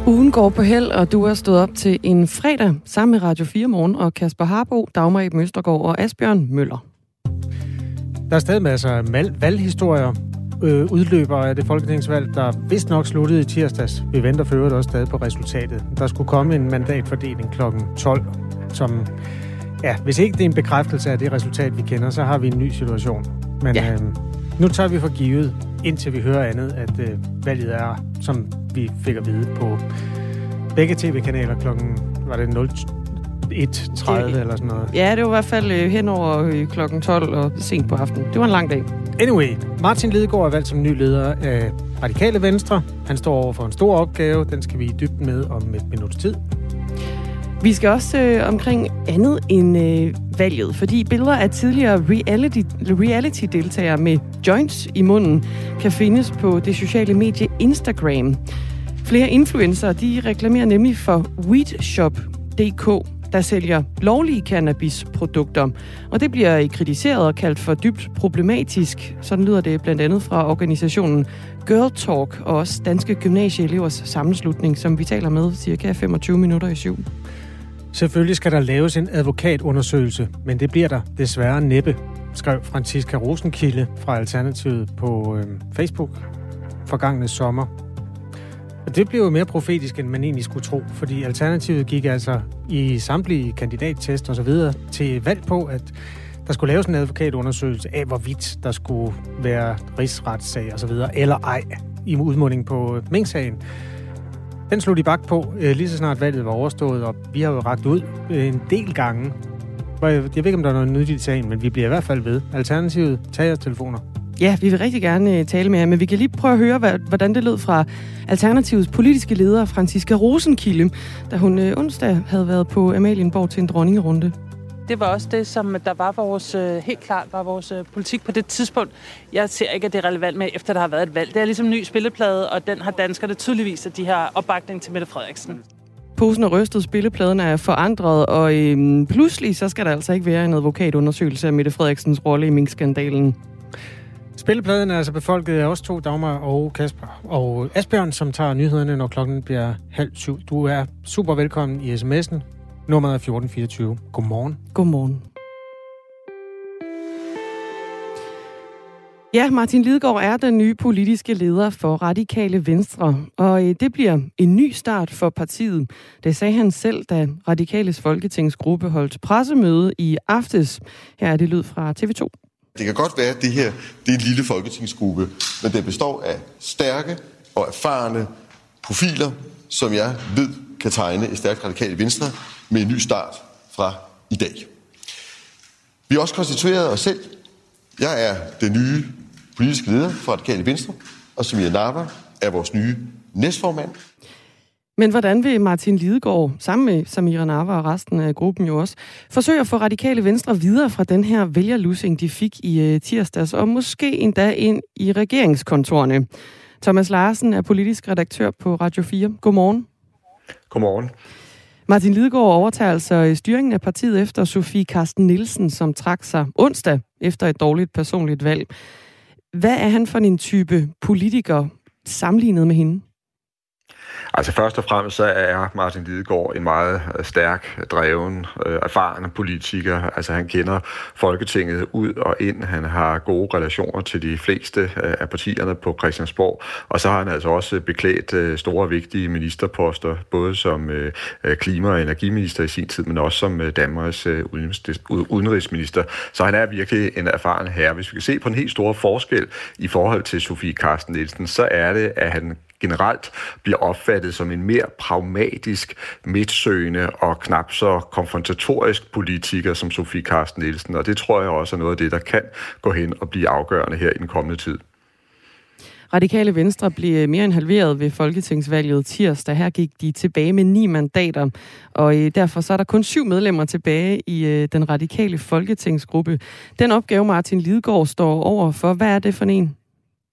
Ugen går på held, og du er stået op til en fredag sammen med Radio 4 Morgen og Kasper Harbo, Dagmar Eben Østergaard og Asbjørn Møller. Der er stadig masser af valghistorier. Udløbere af det folketingsvalg, der vist nok sluttede i tirsdags. Vi venter for øvrigt også stadig på resultatet. Der skulle komme en mandatfordeling kl. 12, som, hvis ikke det er en bekræftelse af det resultat, vi kender, så har vi en ny situation. Men nu tager vi for givet, indtil vi hører andet, at valget er, som vi fik at vide på begge tv-kanaler klokken, var det 01.30 eller sådan noget? Ja, det var i hvert fald hen over klokken 12 og sent på aftenen. Det var en lang dag. Anyway, Martin Lidegaard er valgt som ny leder af Radikale Venstre. Han står over for en stor opgave. Den skal vi i dybden med om et minuts tid. Vi skal også omkring andet end valget, fordi billeder af tidligere reality-deltagere med joints i munden kan findes på det sociale medie Instagram. Flere influencer, de reklamerer nemlig for weedshop.dk, der sælger lovlige cannabisprodukter. Og det bliver kritiseret og kaldt for dybt problematisk. Sådan lyder det blandt andet fra organisationen Girl Talk og også Danske Gymnasieelevers Sammenslutning, som vi taler med cirka 25 minutter i 7. Selvfølgelig skal der laves en advokatundersøgelse, men det bliver der desværre næppe, skrev Franciska Rosenkilde fra Alternativet på Facebook forgangne sommer. Og det blev jo mere profetisk, end man egentlig skulle tro, fordi Alternativet gik altså i samtlige kandidattest og så videre til valg på, at der skulle laves en advokatundersøgelse af, hvorvidt der skulle være rigsretssag og så videre, eller ej, i udmunding på Mink-sagen. Den slog de bak på, lige så snart valget var overstået, og vi har jo rakt ud en del gange. Jeg ved ikke, om der er noget nyt i sagen, men vi bliver i hvert fald ved. Alternativet, tag jeres telefoner. Ja, vi vil rigtig gerne tale med jer, men vi kan lige prøve at høre, hvordan det lød fra Alternativets politiske leder, Franciska Rosenkilde, da hun onsdag havde været på Amalienborg til en dronningerunde. Det var også det, som der var vores, helt klart var vores politik på det tidspunkt. Jeg ser ikke, at det er relevant med, efter der har været et valg. Det er ligesom en ny spilleplade, og den har danskerne tydeligvis, at de har opbakning til Mette Frederiksen. Posen er rystet, spillepladen er forandret, og pludselig så skal der altså ikke være en advokatundersøgelse af Mette Frederiksens rolle i Mink-skandalen. Spillepladen er altså befolket af os to, Dagmar og Kasper og Asbjørn, som tager nyhederne, når klokken bliver 6:30. Du er super velkommen i sms'en. Nummeret er 1424. Godmorgen. Godmorgen. Ja, Martin Lidegaard er den nye politiske leder for Radikale Venstre, og det bliver en ny start for partiet. Det sagde han selv, da Radikales folketingsgruppe holdt pressemøde i aftes. Her er det lyd fra TV2. Det kan godt være, at det her det er en lille folketingsgruppe, men den består af stærke og erfarne profiler, som jeg ved kan tegne et stærkt Radikale Venstre med en ny start fra i dag. Vi har også konstitueret os selv. Jeg er den nye politiske leder for Radikale Venstre, og Samira Nawa er vores nye næstformand. Men hvordan vil Martin Lidegaard, sammen med Samira Nawa og resten af gruppen jo også, forsøge at få Radikale Venstre videre fra den her vælgerlussing, de fik i tirsdags, og måske endda ind i regeringskontorerne? Thomas Larsen er politisk redaktør på Radio 4. Godmorgen. Godmorgen. Martin Lidegaard overtager altså styringen af partiet efter Sofie Carsten Nielsen, som trak sig onsdag efter et dårligt personligt valg. Hvad er han for en type politiker sammenlignet med hende? Altså først og fremmest så er Martin Lidegaard en meget stærk, dreven, erfaren politiker. Altså han kender Folketinget ud og ind. Han har gode relationer til de fleste af partierne på Christiansborg. Og så har han altså også beklædt store, vigtige ministerposter, både som klima- og energiminister i sin tid, men også som Danmarks udenrigsminister. Så han er virkelig en erfaren herre. Hvis vi kan se på en helt stor forskel i forhold til Sofie Carsten Nielsen, så er det, at han generelt bliver opfattet som en mere pragmatisk, midtsøgende og knap så konfrontatorisk politiker som Sofie Carsten Nielsen. Og det tror jeg også er noget af det, der kan gå hen og blive afgørende her i den kommende tid. Radikale Venstre blev mere end halveret ved folketingsvalget tirsdag. Her gik de tilbage med 9 mandater, og derfor så er der kun 7 medlemmer tilbage i den radikale folketingsgruppe. Den opgave, Martin Lidegaard står over for, hvad er det for en?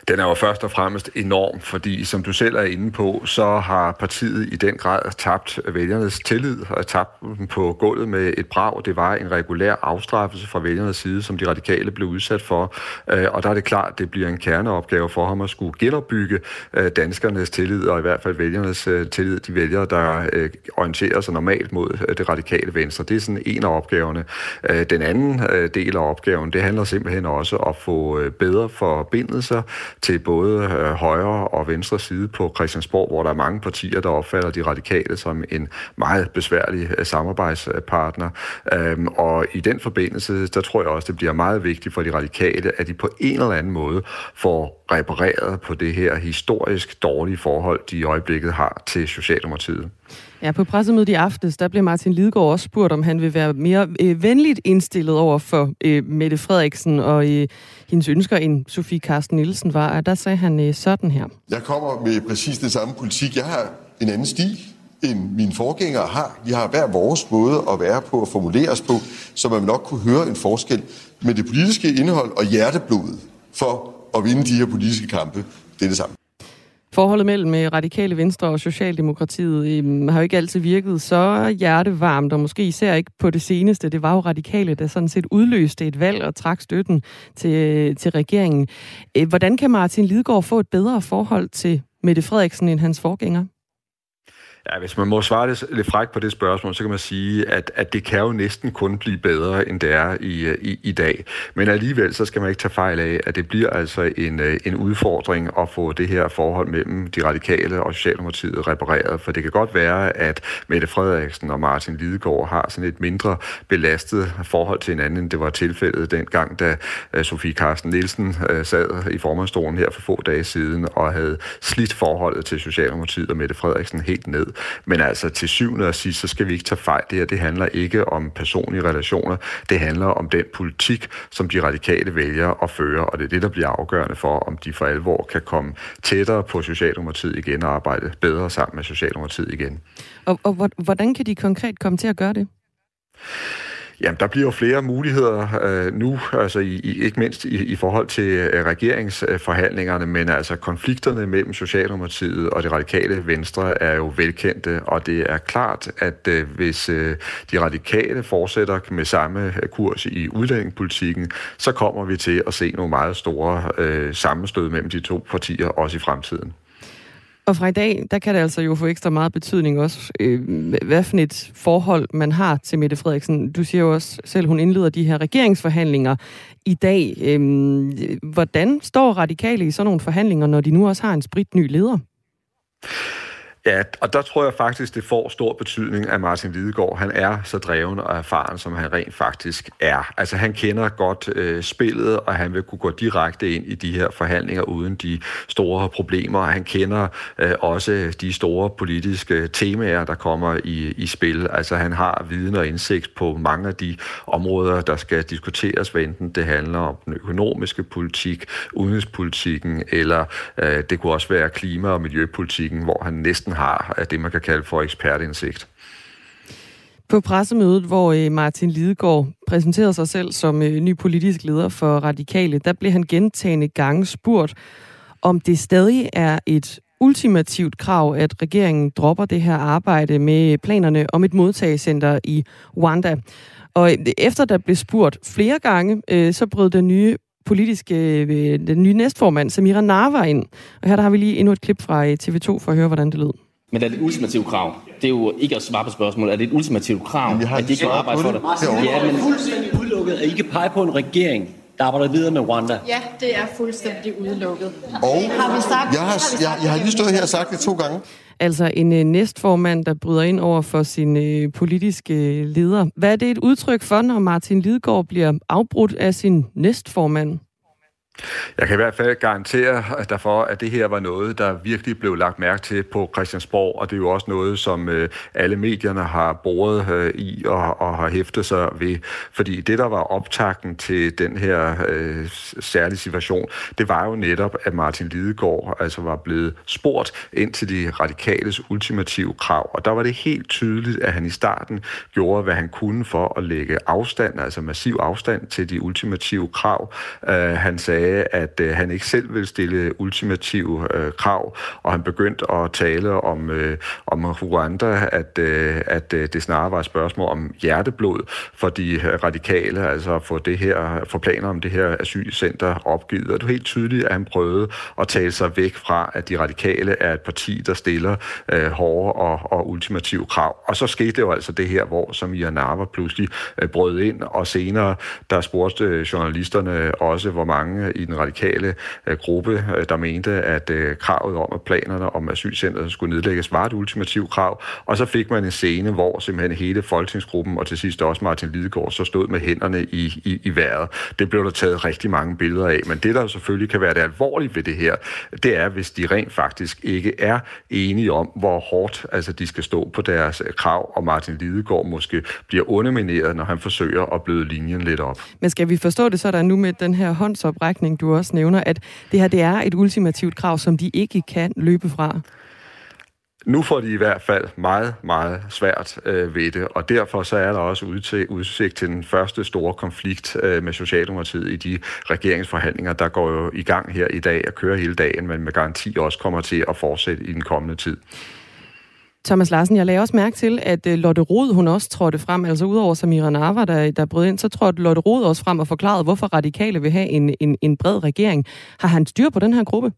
Den er jo først og fremmest enorm, fordi som du selv er inde på, så har partiet i den grad tabt vælgernes tillid og tabt dem på gulvet med et brag. Det var en regulær afstraffelse fra vælgernes side, som de radikale blev udsat for. Og der er det klart, at det bliver en kerneopgave for ham at skulle genopbygge danskernes tillid, og i hvert fald vælgernes tillid, de vælgere, der orienterer sig normalt mod det radikale venstre. Det er sådan en af opgaverne. Den anden del af opgaven, det handler simpelthen også om at få bedre forbindelser til både højre og venstre side på Christiansborg, hvor der er mange partier, der opfatter de radikale som en meget besværlig samarbejdspartner. Og i den forbindelse, der tror jeg også, det bliver meget vigtigt for de radikale, at de på en eller anden måde får repareret på det her historisk dårlige forhold, de i øjeblikket har til Socialdemokratiet. Ja, på pressemødet i aftes, der blev Martin Lidegaard også spurgt, om han vil være mere venligt indstillet over for Mette Frederiksen og hendes ønsker, end Sofie Carsten Nielsen var. Og der sagde han sådan her. Jeg kommer med præcis den samme politik. Jeg har en anden stil, end mine forgængere har. Vi har hver vores måde at være på og formulere os på, så man nok kunne høre en forskel. Men det politiske indhold og hjerteblodet for at vinde de her politiske kampe, det er det samme. Forholdet mellem Radikale Venstre og Socialdemokratiet har jo ikke altid virket så hjertevarmt, og måske især ikke på det seneste. Det var jo Radikale, der sådan set udløste et valg og trak støtten til regeringen. Hvordan kan Martin Lidegaard få et bedre forhold til Mette Frederiksen end hans forgænger? Ja, hvis man må svare lidt frækt på det spørgsmål, så kan man sige, at det kan jo næsten kun blive bedre, end det er i dag. Men alligevel, så skal man ikke tage fejl af, at det bliver altså en udfordring at få det her forhold mellem de radikale og Socialdemokratiet repareret. For det kan godt være, at Mette Frederiksen og Martin Lidegaard har sådan et mindre belastet forhold til hinanden, end det var tilfældet dengang, da Sofie Carsten Nielsen sad i formandsstolen her for få dage siden og havde slidt forholdet til Socialdemokratiet og Mette Frederiksen helt ned. Men altså til syvende og sidst, så skal vi ikke tage fejl. Det her, det handler ikke om personlige relationer. Det handler om den politik, som de radikale vælger at føre, og det er det, der bliver afgørende for, om de for alvor kan komme tættere på Socialdemokratiet igen og arbejde bedre sammen med Socialdemokratiet igen. Og hvordan kan de konkret komme til at gøre det? Jamen, der bliver jo flere muligheder nu, altså ikke mindst i forhold til regeringsforhandlingerne, men altså konflikterne mellem Socialdemokratiet og det radikale venstre er jo velkendte, og det er klart, at hvis de radikale fortsætter med samme kurs i udlændingepolitikken, så kommer vi til at se nogle meget store sammenstød mellem de to partier også i fremtiden. Og fra i dag, der kan det altså jo få ekstra meget betydning også, hvad for et forhold man har til Mette Frederiksen. Du siger jo også selv, hun indleder de her regeringsforhandlinger i dag. Hvordan står radikale i sådan nogle forhandlinger, når de nu også har en spritny leder? Ja, og der tror jeg faktisk, det får stor betydning, at Martin Lidegaard, han er så dreven og erfaren, som han rent faktisk er. Altså, han kender godt spillet, og han vil kunne gå direkte ind i de her forhandlinger uden de store problemer. Han kender også de store politiske temaer, der kommer i spil. Altså, han har viden og indsigt på mange af de områder, der skal diskuteres, hvad enten det handler om den økonomiske politik, udenrigspolitikken, eller det kunne også være klima- og miljøpolitikken, hvor han næsten har det, man kan kalde for ekspertindsigt. På pressemødet, hvor Martin Lidegaard præsenterede sig selv som ny politisk leder for Radikale, der blev han gentagne gange spurgt, om det stadig er et ultimativt krav, at regeringen dropper det her arbejde med planerne om et modtagecenter i Rwanda. Og efter der blev spurgt flere gange, så brød den nye næstformand, Samira Nawa, ind. Og her der har vi lige endnu et klip fra TV2 for at høre, hvordan det lød. Men er det et ultimativt krav? Det er jo ikke at svare på spørgsmålet. Er det et ultimativt krav, at de ikke kan arbejde for det? Ja, men fuldstændig udelukket at I kan pege på en regering, der arbejder videre med Rwanda. Ja, det er fuldstændig udelukket. Og jeg har lige stået her og sagt det 2 gange. Altså en næstformand, der bryder ind over for sin politiske leder. Hvad er det et udtryk for, når Martin Lidegaard bliver afbrudt af sin næstformand? Jeg kan i hvert fald garantere derfor, at det her var noget, der virkelig blev lagt mærke til på Christiansborg, og det er jo også noget, som alle medierne har boret i og har hæftet sig ved. Fordi det, der var optakten til den her særlige situation, det var jo netop, at Martin Lidegaard altså var blevet spurgt ind til de radikales ultimative krav. Og der var det helt tydeligt, at han i starten gjorde, hvad han kunne for at lægge afstand, altså massiv afstand til de ultimative krav. Han sagde, sagde, at han ikke selv ville stille ultimative krav, og han begyndte at tale om Rwanda, at det snarere var et spørgsmål om hjerteblod for de radikale, altså at få planer om det her asylcenter opgivet. Og det er helt tydeligt, at han prøvede at tale sig væk fra, at de radikale er et parti, der stiller hårde og ultimative krav. Og så skete det jo altså det her, hvor Samira Nawa pludselig brød ind, og senere der spurgte journalisterne også, hvor mange i den radikale gruppe, der mente, at kravet om, at planerne om asylcentret skulle nedlægges, var et ultimativt krav. Og så fik man en scene, hvor simpelthen hele folketingsgruppen, og til sidst også Martin Lidegaard, så stod med hænderne i vejret. Det blev der taget rigtig mange billeder af. Men det, der selvfølgelig kan være det alvorlige ved det her, det er, hvis de rent faktisk ikke er enige om, hvor hårdt altså, de skal stå på deres krav, og Martin Lidegaard måske bliver undermineret, når han forsøger at bløde linjen lidt op. Men skal vi forstå det sådan nu med den her håndsoprækning, du også nævner, at det her det er et ultimativt krav, som de ikke kan løbe fra? Nu får de i hvert fald meget, meget svært ved det, og derfor så er der også udsigt til den første store konflikt med Socialdemokratiet i de regeringsforhandlinger, der går jo i gang her i dag og kører hele dagen, men med garanti også kommer til at fortsætte i den kommende tid. Thomas Larsen, jeg lagde også mærke til, at Lotte Rod, hun også trådte frem, altså udover Samira Nawa, der brød ind, så trådte Lotte Rod også frem og forklarede, hvorfor radikale vil have en bred regering. Har han styr på den her gruppe?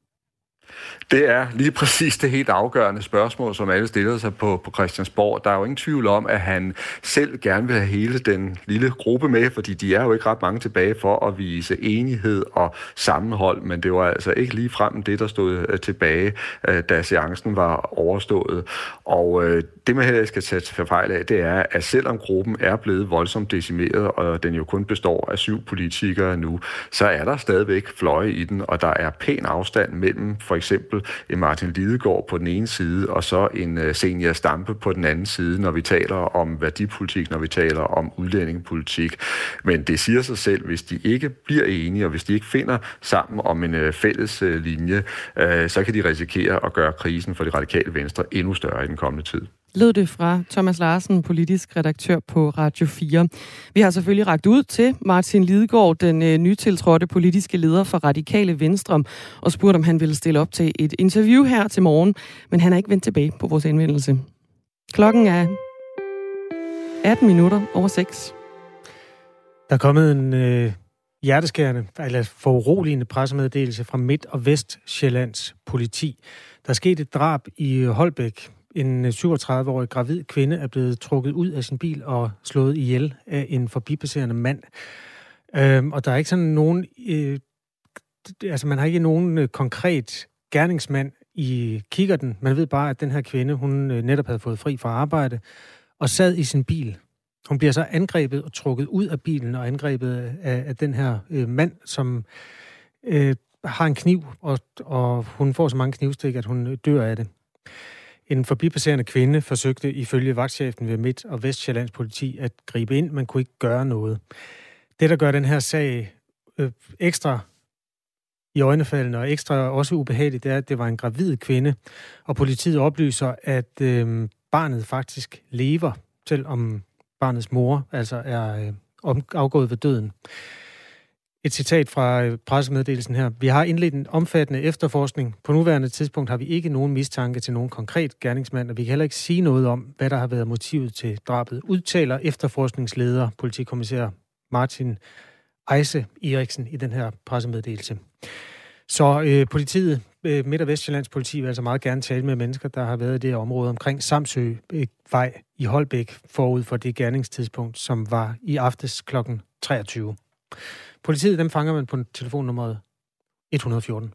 Det er lige præcis det helt afgørende spørgsmål, som alle stiller sig på Christiansborg. Der er jo ingen tvivl om, at han selv gerne vil have hele den lille gruppe med, fordi de er jo ikke ret mange tilbage for at vise enighed og sammenhold, men det var altså ikke lige frem det, der stod tilbage, da seancen var overstået. Og det, man heller skal tage til fejl af, det er, at selvom gruppen er blevet voldsomt decimeret, og den jo kun består af 7 politikere nu, så er der stadigvæk fløje i den, og der er pæn afstand mellem for eksempel en Martin Lidegaard på den ene side, og så en Zenia Stampe på den anden side, når vi taler om værdipolitik, når vi taler om udlændingepolitik. Men det siger sig selv, hvis de ikke bliver enige, og hvis de ikke finder sammen om en fælles linje, så kan de risikere at gøre krisen for det radikale venstre endnu større i den kommende tid. Lød det fra Thomas Larsen, politisk redaktør på Radio 4. Vi har selvfølgelig rakt ud til Martin Lidegaard, den nytiltrådte politiske leder for Radikale Venstre, og spurgt, om han ville stille op til et interview her til morgen, men han er ikke vendt tilbage på vores indvendelse. Klokken er 6:18. Der er kommet en hjerteskærende, eller foruroligende pressemeddelelse fra Midt- og Vestsjællands politi. Der er sket et drab i Holbæk. En 37-årig gravid kvinde er blevet trukket ud af sin bil og slået ihjel af en forbipasserende mand. Og der er ikke sådan nogen... man har ikke nogen konkret gerningsmand i kikkerten. Man ved bare, at den her kvinde, hun netop havde fået fri fra arbejde og sad i sin bil. Hun bliver så angrebet og trukket ud af bilen og angrebet af den her mand, som har en kniv, og hun får så mange knivstik, at hun dør af det. En forbipasserende kvinde forsøgte ifølge vagtchefen ved Midt- og Vestsjællands politi at gribe ind, men kunne ikke gøre noget. Det, der gør den her sag ekstra iøjnefaldende og ekstra også ubehageligt, det er, at det var en gravid kvinde, og politiet oplyser, at barnet faktisk lever, selvom barnets mor altså er afgået ved døden. Et citat fra pressemeddelelsen her. Vi har indledt en omfattende efterforskning. På nuværende tidspunkt har vi ikke nogen mistanke til nogen konkret gerningsmand, og vi kan heller ikke sige noget om, hvad der har været motivet til drabet, udtaler efterforskningsleder, politikommissær Martin Eise Eriksen i den her pressemeddelelse. Så politiet, Midt- og Vestsjællands politi, vil altså meget gerne tale med mennesker, der har været i det her område omkring Samsøvej i Holbæk forud for det gerningstidspunkt, som var i aftes kl. 23. Politiet, dem fanger man på telefonnummeret 114.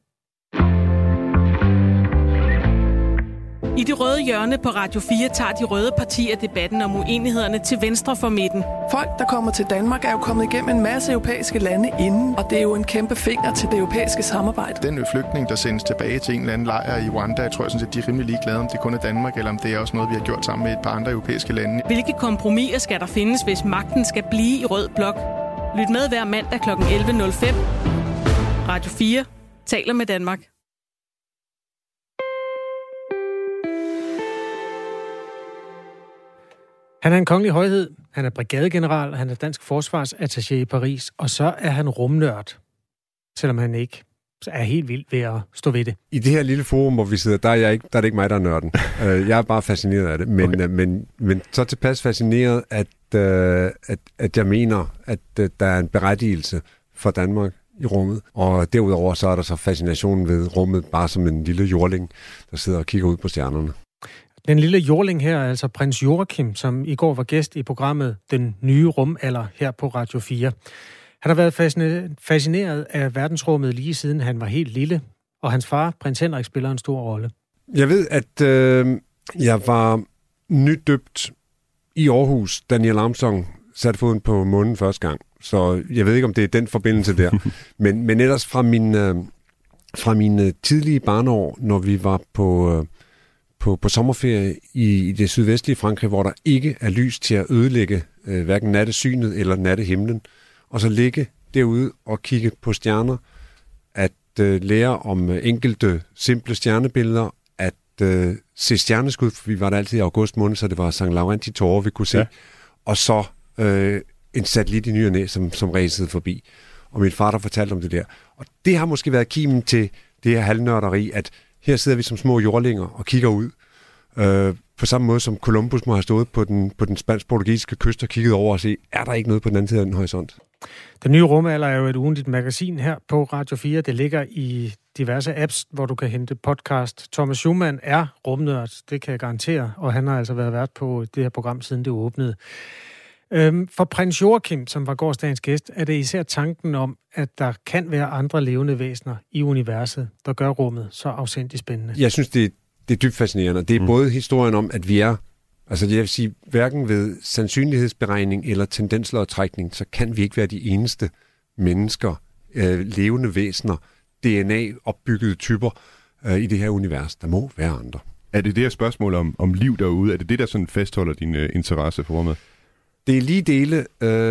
I det røde hjørne på Radio 4 tager de røde partier debatten om uenighederne til venstre for midten. Folk, der kommer til Danmark, er jo kommet igennem en masse europæiske lande inden, og det er jo en kæmpe finger til det europæiske samarbejde. Den flygtning, der sendes tilbage til en eller anden lejr i Rwanda, jeg tror sådan set, de er rimelig ligeglade, om det kun er Danmark, eller om det er også noget, vi har gjort sammen med et par andre europæiske lande. Hvilke kompromiser skal der findes, hvis magten skal blive i rød blok? Lyt med hver mandag kl. 11.05. Radio 4 taler med Danmark. Han er en kongelig højhed, han er brigadegeneral, han er dansk forsvarsattaché i Paris, og så er han rumnørd. selvom han ikke er helt vild ved at stå ved det. I det her lille forum, hvor vi sidder, der er det ikke mig, der er nørden. Jeg er bare fascineret af det. Men så tilpas fascineret, at jeg mener, at der er en berettigelse for Danmark i rummet. Og derudover så er der så fascinationen ved rummet, bare som en lille jordling, der sidder og kigger ud på stjernerne. Den lille jordling her er altså prins Joachim, som i går var gæst i programmet Den Nye Rumalder her på Radio 4. Han har været fascineret af verdensrummet lige siden han var helt lille, og hans far, prins Henrik, spiller en stor rolle. Jeg ved, at jeg var nydøbt i Aarhus, da Neil Armstrong satte foden på månen første gang. Så jeg ved ikke, om det er den forbindelse der. men ellers fra mine tidlige barneår, når vi var på sommerferie i det sydvestlige Frankrig, hvor der ikke er lys til at ødelægge hverken nattesynet eller nattehimlen, og så ligge derude og kigge på stjerner, at lære om enkelte simple stjernebilleder, at se stjerneskud, for vi var der altid i august måned, så det var St. Laurenti tårer, vi kunne se, og så en satellit i ny og næ, som ræsede forbi. Og min far der fortalte om det der. Og det har måske været kimen til det her halvnørderi, at her sidder vi som små jordlinger og kigger ud. På samme måde som Columbus må have stået på den spansk-portugisiske kyst og kigget over og se, er der ikke noget på den anden side af den horisont? Den Nye Rumalder er jo et ugentligt magasin her på Radio 4. Det ligger i diverse apps, hvor du kan hente podcast. Thomas Schumann er rumnørd, det kan jeg garantere, og han har altså været vært på det her program, siden det åbnede. For prins Joachim, som var gårsdagens gæst, er det især tanken om, at der kan være andre levende væsener i universet, der gør rummet så afsindigt spændende. Jeg synes, det er dybt fascinerende. Det er både historien om, at vi er, altså jeg vil sige, hverken ved sandsynlighedsberegning eller tendenslodtrækning, så kan vi ikke være de eneste mennesker, levende væsener, DNA-opbyggede typer i det her univers. Der må være andre. Er det her spørgsmål om liv derude? Er det der sådan fastholder din interesse for rummet? Det er lige dele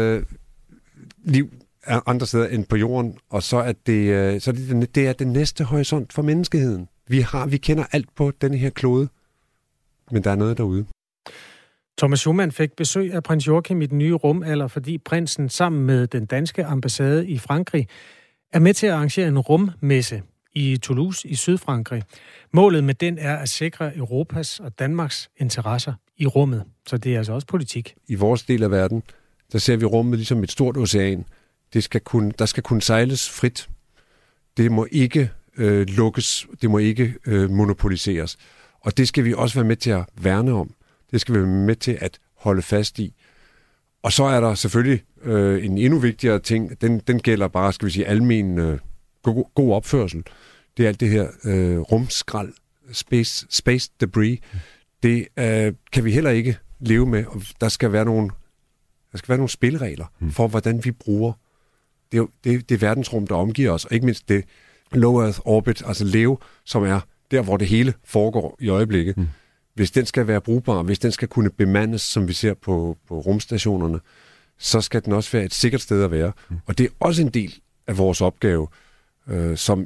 liv andre steder end på jorden, og så er det er den næste horisont for menneskeheden. Vi kender alt på denne her klode, men der er noget derude. Thomas Schumann fik besøg af prins Joachim i Den Nye Rumalder, fordi prinsen sammen med den danske ambassade i Frankrig er med til at arrangere en rummesse i Toulouse i Sydfrankrig. Målet med den er at sikre Europas og Danmarks interesser i rummet. Så det er altså også politik. I vores del af verden, der ser vi rummet ligesom et stort ocean. Der skal kunne sejles frit. Det må ikke lukkes. Det må ikke monopoliseres. Og det skal vi også være med til at værne om. Det skal vi være med til at holde fast i. Og så er der selvfølgelig en endnu vigtigere ting. Den gælder bare, skal vi sige, almen god opførsel. Det er alt det her rumskrald, space debris. Det kan vi heller ikke leve med. Og der skal være nogle spilleregler for, hvordan vi bruger det verdensrum, der omgiver os. Og ikke mindst det low Earth orbit, altså LEO, som er der, hvor det hele foregår i øjeblikket. Hvis den skal være brugbar, hvis den skal kunne bemandes, som vi ser på rumstationerne, så skal den også være et sikkert sted at være. Og det er også en del af vores opgave, som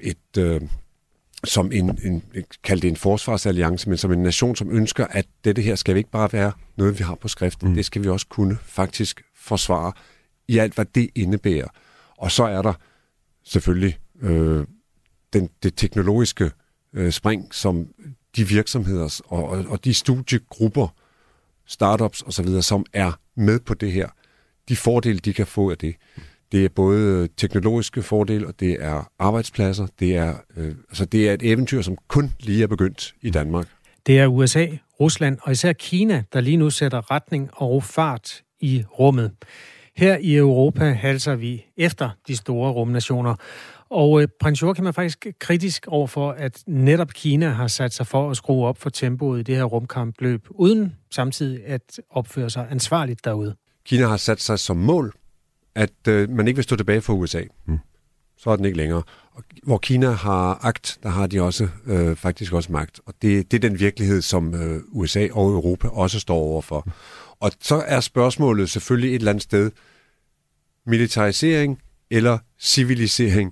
kald det en forsvarsalliance, men som en nation, som ønsker, at dette her skal ikke bare være noget, vi har på skriften. Det skal vi også kunne faktisk forsvare i alt, hvad det indebærer. Og så er der selvfølgelig det teknologiske spring, som de virksomheder og de studiegrupper, startups osv., som er med på det her, de fordele, de kan få af det. Det er både teknologiske fordele, og det er arbejdspladser. Det er et eventyr, som kun lige er begyndt i Danmark. Det er USA, Rusland og især Kina, der lige nu sætter retning og fart i rummet. Her i Europa halser vi efter de store rumnationer. Og prins Joachim er faktisk kritisk overfor, at netop Kina har sat sig for at skrue op for tempoet i det her rumkampløb, uden samtidig at opføre sig ansvarligt derude. Kina har sat sig som mål, at man ikke vil stå tilbage for USA. Så er den ikke længere. Og hvor Kina har agt, der har de også faktisk også magt. Og det er den virkelighed, som USA og Europa også står overfor. Og så er spørgsmålet selvfølgelig et eller andet sted, militarisering eller civilisering.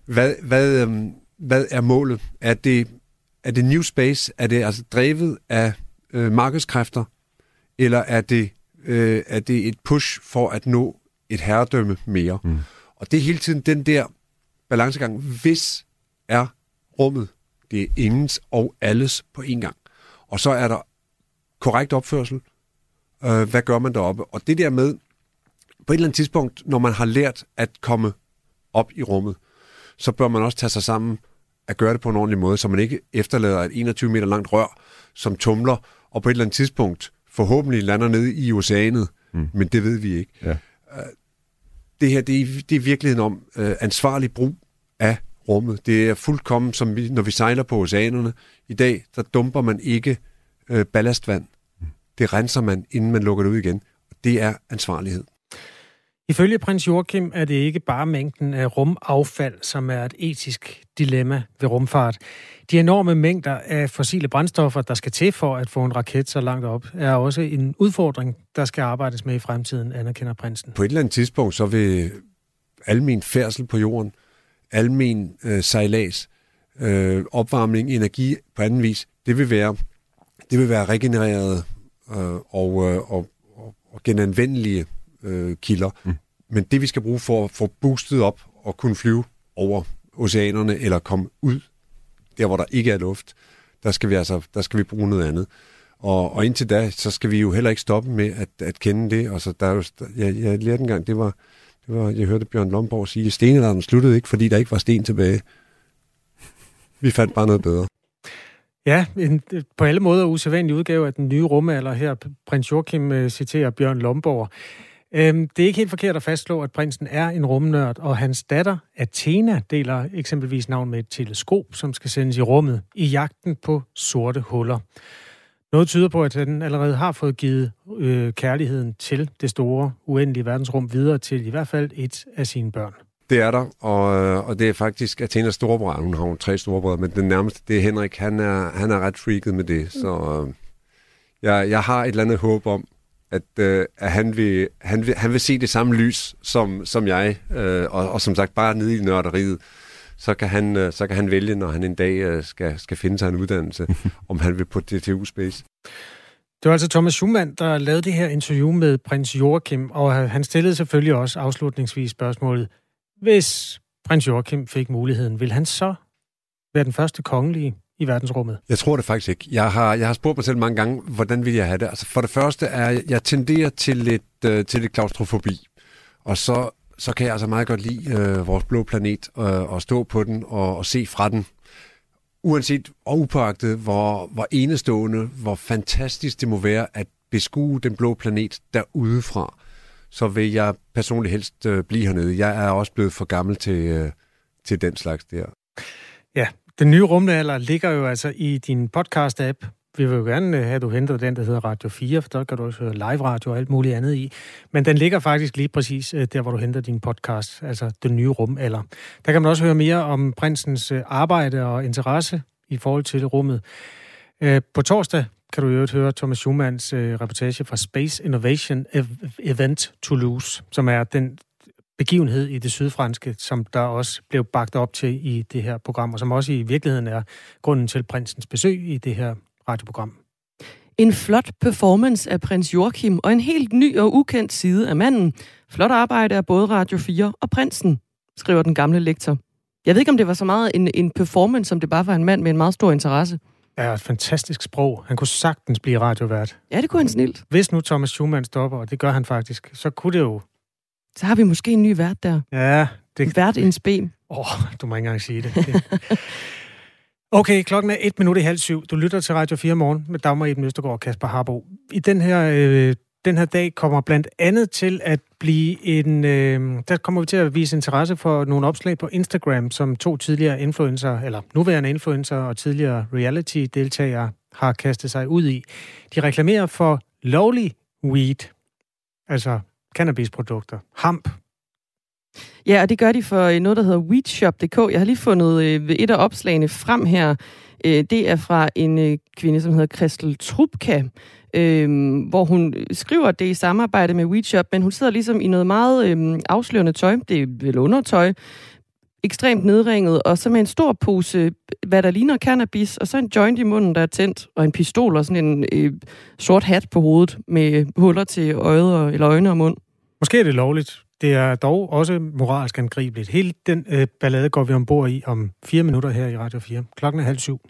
Hvad er målet? Er det new space? Er det altså drevet af markedskræfter? Eller er det et push for at nå et herredømme mere? Og det er hele tiden den der balancegang. Hvis er rummet, det er ingens og alles på en gang. Og så er der korrekt opførsel. Hvad gør man deroppe? Og det der med, på et eller andet tidspunkt, når man har lært at komme op i rummet, så bør man også tage sig sammen at gøre det på en ordentlig måde, så man ikke efterlader et 21 meter langt rør, som tumler, og på et eller andet tidspunkt forhåbentlig lander nede i oceanet, men det ved vi ikke. Ja. Det her, det er virkeligheden om ansvarlig brug af rummet. Det er fuldkommen, som når vi sejler på oceanerne. I dag, der dumper man ikke ballastvand. Det renser man, inden man lukker det ud igen. Det er ansvarlighed. Ifølge prins Joachim er det ikke bare mængden af rumaffald, som er et etisk dilemma ved rumfart. De enorme mængder af fossile brændstoffer, der skal til for at få en raket så langt op, er også en udfordring, der skal arbejdes med i fremtiden, anerkender prinsen. På et eller andet tidspunkt, så vil almen færdsel på jorden, almen sejlads, opvarmning, energi på anden vis, det vil være regenereret og genanvendelige kilder. Men det, vi skal bruge for at få boostet op og kunne flyve over oceanerne eller komme ud, der hvor der ikke er luft, der skal vi bruge noget andet. Og indtil da, så skal vi jo heller ikke stoppe med at kende det. Og så der er jo, jeg lærte engang, det var, jeg hørte Bjørn Lomborg sige, at stenalderen sluttede ikke, fordi der ikke var sten tilbage. Vi fandt bare noget bedre. Ja, en på alle måder usædvanlig udgave af den nye rumalder her. Prins Joachim citerer Bjørn Lomborg. Det er ikke helt forkert at fastslå, at prinsen er en rumnørd, og hans datter Athena deler eksempelvis navn med et teleskop, som skal sendes i rummet i jagten på sorte huller. Noget tyder på, at den allerede har fået givet kærligheden til det store, uendelige verdensrum videre til i hvert fald et af sine børn. Det er der, og det er faktisk Athenas storebror. Hun har jo 3 storebrødre, men den nærmeste, det er Henrik. Han er ret freaket med det, så jeg har et eller andet håb om, at han vil se det samme lys som jeg, og som sagt bare nede i nørderiet, så kan han vælge, når han en dag skal finde sig en uddannelse, om han vil på DTU Space. Det var altså Thomas Schumann, der lavede det her interview med prins Joachim, og han stillede selvfølgelig også afslutningsvis spørgsmålet: hvis prins Joachim fik muligheden, vil han så være den første kongelige i verdensrummet? Jeg tror det faktisk ikke. Jeg har spurgt mig selv mange gange, hvordan vil jeg have det? Altså for det første er, jeg tenderer til lidt klaustrofobi, og så kan jeg altså meget godt lide vores blå planet og stå på den og se fra den. Uanset og upåagtet, hvor enestående, hvor fantastisk det må være at beskue den blå planet derudefra, så vil jeg personligt helst blive hernede. Jeg er også blevet for gammel til den slags der. Ja, den nye rumalder ligger jo altså i din podcast-app. Vi vil jo gerne have, at du henter den, der hedder Radio 4, for der kan du også høre live-radio og alt muligt andet i. Men den ligger faktisk lige præcis der, hvor du henter din podcast, altså den nye rumalder. Der kan man også høre mere om prinsens arbejde og interesse i forhold til rummet. På torsdag kan du jo høre Thomas Schumanns reportage fra Space Innovation Event Toulouse, som er den begivenhed i det sydfranske, som der også blev bagt op til i det her program, og som også i virkeligheden er grunden til prinsens besøg i det her radioprogram. En flot performance af prins Joachim og en helt ny og ukendt side af manden. Flot arbejde af både Radio 4 og prinsen, skriver den gamle lektor. Jeg ved ikke, om det var så meget en performance, som det bare var en mand med en meget stor interesse. Ja, et fantastisk sprog. Han kunne sagtens blive radiovært. Ja, det kunne han snilt. Hvis nu Thomas Schumann stopper, og det gør han faktisk, så kunne det jo... Så har vi måske en ny vært der. Ja. Det... Vært i en spem. Du må ikke engang sige det. Okay, klokken er 1:07. Du lytter til Radio 4 morgen med Dagmar Eben Østergaard og Kasper Harbo. I den her dag kommer blandt andet til at blive der kommer vi til at vise interesse for nogle opslag på Instagram, som 2 tidligere influencer, eller nuværende influencer og tidligere reality-deltagere har kastet sig ud i. De reklamerer for lovlig weed, altså cannabisprodukter, hamp. Ja, og det gør de for noget, der hedder weedshop.dk. Jeg har lige fundet et af opslagene frem her. Det er fra en kvinde, som hedder Christel Trubka, hvor hun skriver, at det er i samarbejde med Weedshop, men hun sidder ligesom i noget meget afslørende tøj. Det er vel undertøj. Ekstremt nedringet, og så med en stor pose, hvad der ligner cannabis, og så en joint i munden, der er tændt, og en pistol og sådan en sort hat på hovedet med huller til øjne og mund. Måske er det lovligt. Det er dog også moralsk angribeligt. Hele den ballade går vi ombord i om 4 minutter her i Radio 4. Klokken er 6:30.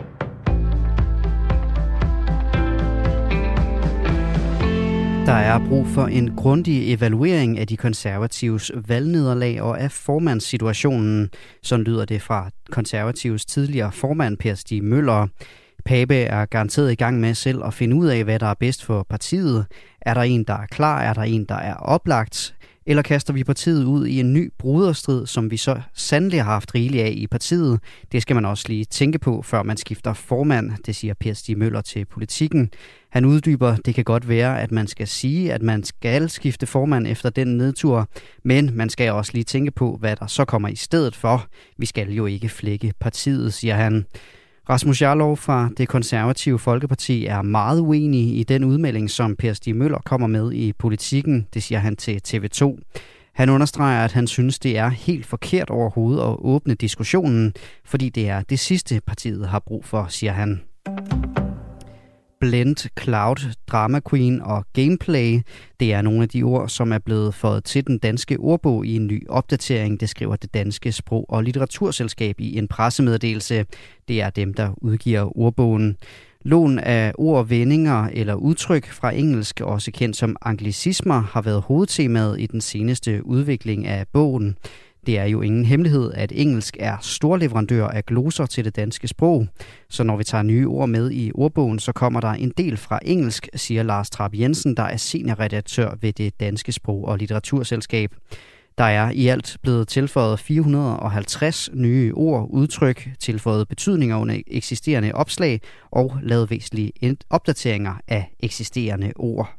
Der er brug for en grundig evaluering af de konservatives valgnederlag og af formandssituationen. Sådan lyder det fra konservatives tidligere formand Per Stig Møller. Pape er garanteret i gang med selv at finde ud af, hvad der er bedst for partiet. Er der en, der er klar? Er der en, der er oplagt? Eller kaster vi partiet ud i en ny bruderstrid, som vi så sandelig har haft rigeligt af i partiet? Det skal man også lige tænke på, før man skifter formand, det siger Per Stig Møller til Politikken. Han uddyber, det kan godt være, at man skal sige, at man skal skifte formand efter den nedtur, men man skal også lige tænke på, hvad der så kommer i stedet for. Vi skal jo ikke flække partiet, siger han. Rasmus Jarlov fra Det Konservative Folkeparti er meget uenig i den udmelding, som Per Stig Møller kommer med i Politikken, det siger han til TV2. Han understreger, at han synes, det er helt forkert overhovedet at åbne diskussionen, fordi det er det sidste, partiet har brug for, siger han. Blend, cloud, drama queen og gameplay, det er nogle af de ord, som er blevet fået til den danske ordbog i en ny opdatering, det skriver det Danske Sprog- og Litteraturselskab i en pressemeddelelse. Det er dem, der udgiver ordbogen. Lån af ord, vendinger eller udtryk fra engelsk, også kendt som anglicismer, har været hovedtemaet i den seneste udvikling af bogen. Det er jo ingen hemmelighed, at engelsk er storleverandør af gloser til det danske sprog. Så når vi tager nye ord med i ordbogen, så kommer der en del fra engelsk, siger Lars Trapp Jensen, der er seniorredaktør ved det Danske Sprog- og Litteraturselskab. Der er i alt blevet tilføjet 450 nye ord, udtryk, tilføjet betydninger under eksisterende opslag og lavet væsentlige opdateringer af eksisterende ord.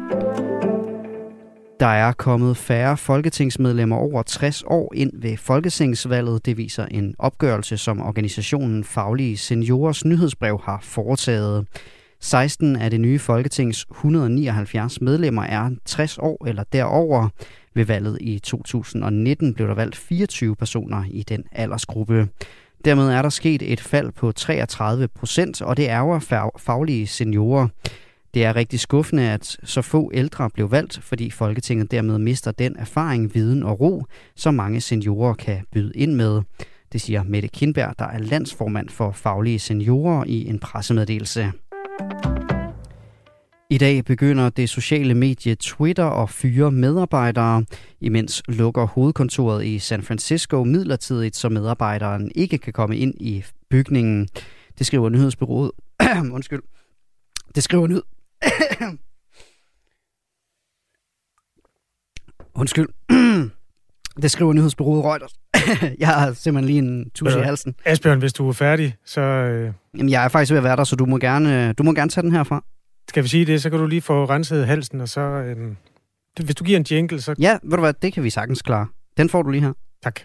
Der er kommet færre folketingsmedlemmer over 60 år ind ved folketingsvalget. Det viser en opgørelse, som organisationen Faglige Seniorers Nyhedsbrev har foretaget. 16 af det nye Folketings 179 medlemmer er 60 år eller derover. Ved valget i 2019 blev der valgt 24 personer i den aldersgruppe. Dermed er der sket et fald på 33%, og det ærger faglige seniorer. Det er rigtig skuffende, at så få ældre blev valgt, fordi Folketinget dermed mister den erfaring, viden og ro, som mange seniorer kan byde ind med. Det siger Mette Kindberg, der er landsformand for Faglige Seniorer, i en pressemeddelelse. I dag begynder det sociale medie Twitter at fyre medarbejdere, imens lukker hovedkontoret i San Francisco midlertidigt, så medarbejderen ikke kan komme ind i bygningen. Det skriver nyhedsbureauet. Undskyld. Det skriver Det skriver nyhedsbureauet Reuters. Jeg har simpelthen lige en tus i halsen. Asbjørn, hvis du er færdig, så... Jamen, jeg er faktisk ved at være der, så du må gerne tage den herfra. Skal vi sige det, så kan du lige få renset halsen, og så... hvis du giver en jingle, så... Ja, ved du hvad, det kan vi sagtens klare. Den får du lige her. Tak.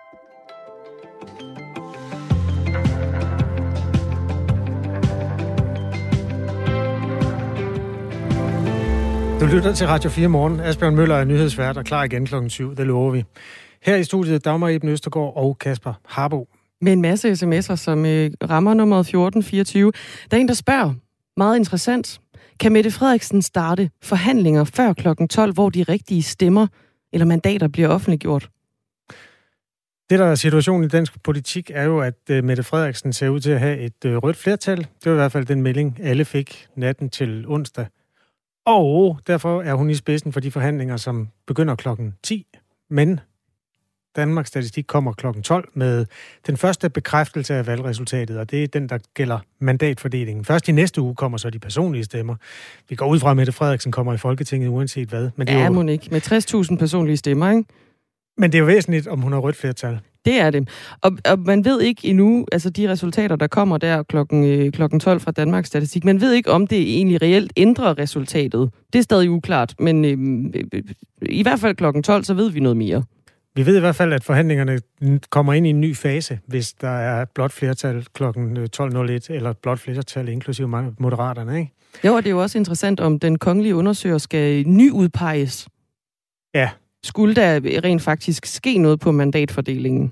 Du lytter til Radio 4 morgen. Asbjørn Møller er nyhedsvært og klar igen klokken 7. Det lover vi. Her i studiet Dagmar Eben Østergaard og Kasper Harbo. Med en masse sms'er, som rammer nummeret 1424. Der er en, der spørger, meget interessant, kan Mette Frederiksen starte forhandlinger før klokken 12, hvor de rigtige stemmer eller mandater bliver offentliggjort? Det, der er situationen i dansk politik, er jo, at Mette Frederiksen ser ud til at have et rødt flertal. Det var i hvert fald den melding, alle fik natten til onsdag. Og derfor er hun i spidsen for de forhandlinger, som begynder klokken 10. Men Danmarks Statistik kommer klokken 12 med den første bekræftelse af valgresultatet, og det er den, der gælder mandatfordelingen. Først i næste uge kommer så de personlige stemmer. Vi går ud fra, at Mette Frederiksen kommer i Folketinget uanset hvad. Men det er jo... Ikke. Med 60.000 personlige stemmer, ikke? Men det er jo væsentligt, om hun har rødt flertal. Det er det. Og man ved ikke endnu, altså de resultater, der kommer der klokken 12 fra Danmarks Statistik, man ved ikke, om det egentlig reelt ændrer resultatet. Det er stadig uklart, men i hvert fald klokken 12, så ved vi noget mere. Vi ved i hvert fald, at forhandlingerne kommer ind i en ny fase, hvis der er blot flertal klokken 12.01, eller blot flertal inklusive Moderaterne, ikke? Jo, og det er jo også interessant, om den kongelige undersøger skal nyudpeges. Ja. Skulle der rent faktisk ske noget på mandatfordelingen?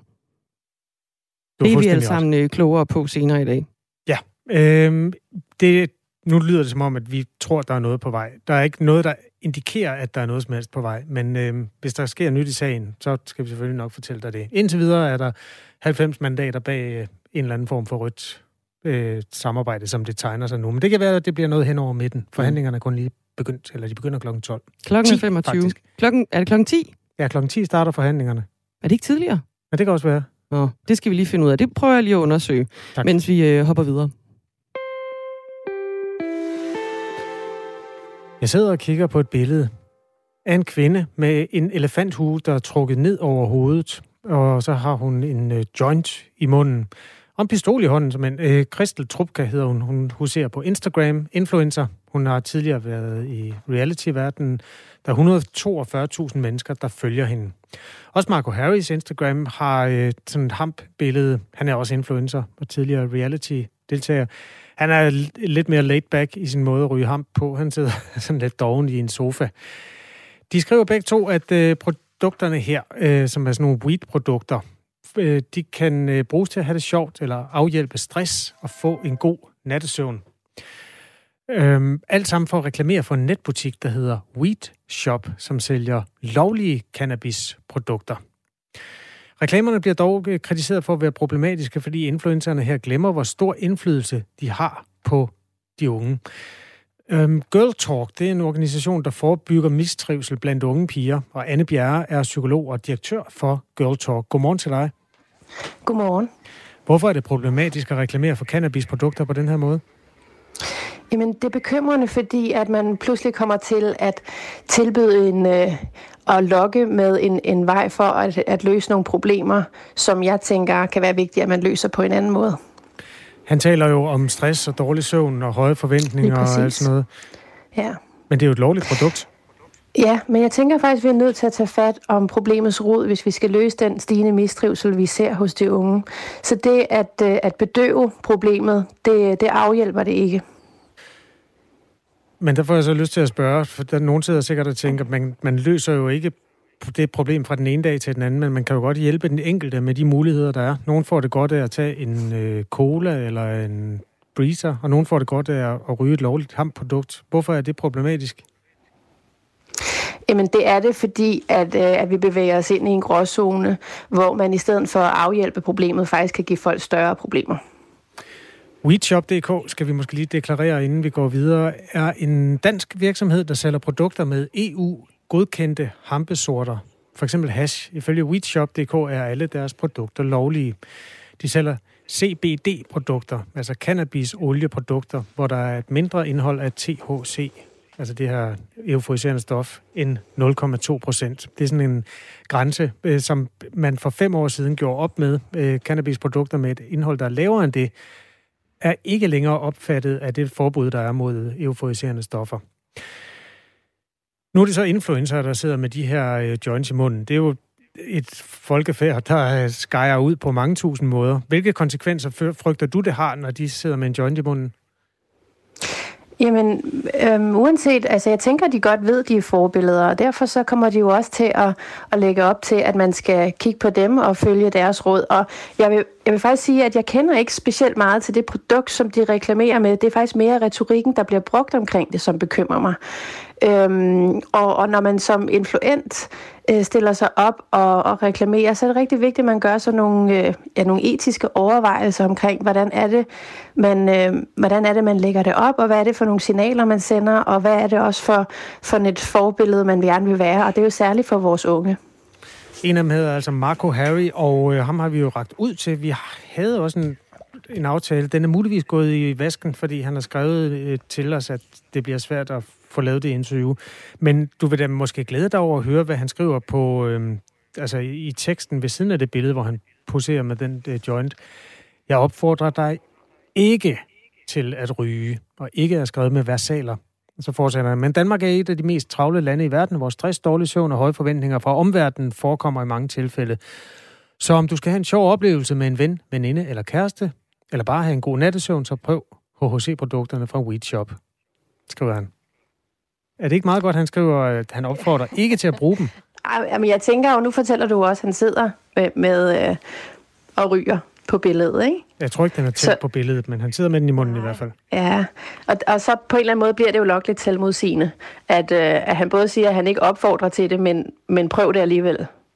Det er vi alle sammen klogere på senere i dag. Ja. Det nu lyder det som om, at vi tror, der er noget på vej. Der er ikke noget, der indikerer, at der er noget som helst på vej. Men hvis der sker nyt i sagen, så skal vi selvfølgelig nok fortælle dig det. Indtil videre er der 90 mandater bag en eller anden form for rødt samarbejde, som det tegner sig nu. Men det kan være, at det bliver noget hen over midten. Forhandlingerne er kun lige begyndt, eller de begynder klokken 12. Klokken 25. Er det klokken 10? Ja, klokken 10 starter forhandlingerne. Er det ikke tidligere? Ja, det kan også være. Nå, det skal vi lige finde ud af. Det prøver jeg lige at undersøge, mens vi hopper videre. Jeg sidder og kigger på et billede af en kvinde med en elefanthue, der er trukket ned over hovedet, og så har hun en joint i munden, og en pistol i hånden, som en Kristel Trupka hedder hun. Hun huserer på Instagram, influencer. Hun har tidligere været i reality-verdenen. Der er 142.000 mennesker, der følger hende. Også Marco Harris Instagram har sådan et hamp-billede. Han er også influencer og tidligere reality-deltager. Han er lidt mere laid back i sin måde at ryge hamp på. Han sidder sådan lidt doven i en sofa. De skriver begge to, at produkterne her, som er sådan nogle weed-produkter, de kan bruges til at have det sjovt, eller afhjælpe stress og få en god nattesøvn. Alt sammen for at reklamere for en netbutik, der hedder Weed Shop, som sælger lovlige cannabisprodukter. Reklamerne bliver dog kritiseret for at være problematiske, fordi influencerne her glemmer, hvor stor indflydelse de har på de unge. Girl Talk, det er en organisation, der forebygger mistrivsel blandt unge piger, og Anne Bjerre er psykolog og direktør for Girl Talk. Godmorgen til dig. Godmorgen. Hvorfor er det problematisk at reklamere for cannabisprodukter på den her måde? Jamen, det er bekymrende, fordi at man pludselig kommer til at tilbyde at lokke med en vej for at løse nogle problemer, som jeg tænker kan være vigtige, at man løser på en anden måde. Han taler jo om stress og dårlig søvn og høje forventninger og alt sådan noget. Ja. Men det er jo et lovligt produkt. Ja, men jeg tænker faktisk, at vi er nødt til at tage fat om problemets rod, hvis vi skal løse den stigende mistrivsel, vi ser hos de unge. Så det at bedøve problemet, det afhjælper det ikke. Men der får jeg så lyst til at spørge, for der nogen sidder sikkert og tænker, at man løser jo ikke det problem fra den ene dag til den anden, men man kan jo godt hjælpe den enkelte med de muligheder, der er. Nogen får det godt af at tage en cola eller en breezer, og nogen får det godt af at ryge et lovligt hampprodukt. Hvorfor er det problematisk? Jamen det er det, fordi at vi bevæger os ind i en gråzone, hvor man i stedet for at afhjælpe problemet, faktisk kan give folk større problemer. Weedshop.dk, skal vi måske lige deklarere, inden vi går videre, er en dansk virksomhed, der sælger produkter med EU-godkendte hampesorter. For eksempel hash. Ifølge Weedshop.dk er alle deres produkter lovlige. De sælger CBD-produkter, altså cannabis-olieprodukter, hvor der er et mindre indhold af THC, altså det her euforiserende stof, end 0,2%. Det er sådan en grænse, som man for 5 år siden gjorde op med. Cannabisprodukter med et indhold, der er lavere end det, er ikke længere opfattet af det forbud, der er mod euforiserende stoffer. Nu er det så influencer, der sidder med de her joints i munden. Det er jo et folkefærd, der skærer ud på mange tusind måder. Hvilke konsekvenser frygter du, det har, når de sidder med en joint i munden? Jamen, uanset, altså jeg tænker, at de godt ved, at de er forbilleder, og derfor så kommer de jo også til at lægge op til, at man skal kigge på dem og følge deres råd. Og jeg vil faktisk sige, at jeg kender ikke specielt meget til det produkt, som de reklamerer med. Det er faktisk mere retorikken, der bliver brugt omkring det, som bekymrer mig. Og når man som influent stiller sig op og reklamerer, så er det rigtig vigtigt, at man gør så nogle etiske overvejelser omkring, hvordan er det, man lægger det op, og hvad er det for nogle signaler, man sender, og hvad er det også for et forbillede, man gerne vil være, og det er jo særligt for vores unge. En af dem hedder altså Marco Harry, og ham har vi jo rakt ud til. Vi havde også en aftale. Den er muligvis gået i vasken, fordi han har skrevet til os, at det bliver svært at få lavet det interview. Men du vil da måske glæde dig over at høre, hvad han skriver på, i teksten ved siden af det billede, hvor han poserer med den joint. Jeg opfordrer dig ikke til at ryge, og ikke er skrevet med versaler. Så fortsætter han. Men Danmark er et af de mest travle lande i verden, hvor stress, dårlig søvn og høje forventninger fra omverdenen forekommer i mange tilfælde. Så om du skal have en sjov oplevelse med en ven, veninde eller kæreste, eller bare have en god nattesøvn, så prøv HHC-produkterne fra Weed Shop, skriver han. Er det ikke meget godt, han skriver, at han opfordrer ikke til at bruge dem? Jamen, jeg tænker jo, nu fortæller du også, at han sidder med og ryger. på billedet, ikke? Jeg tror ikke, den er tæt på billedet, men han sidder med den i munden i hvert fald. Ja, og så på en eller anden måde bliver det jo lokkeligt selvmodsigende, at han både siger, at han ikke opfordrer til det, men prøv det alligevel.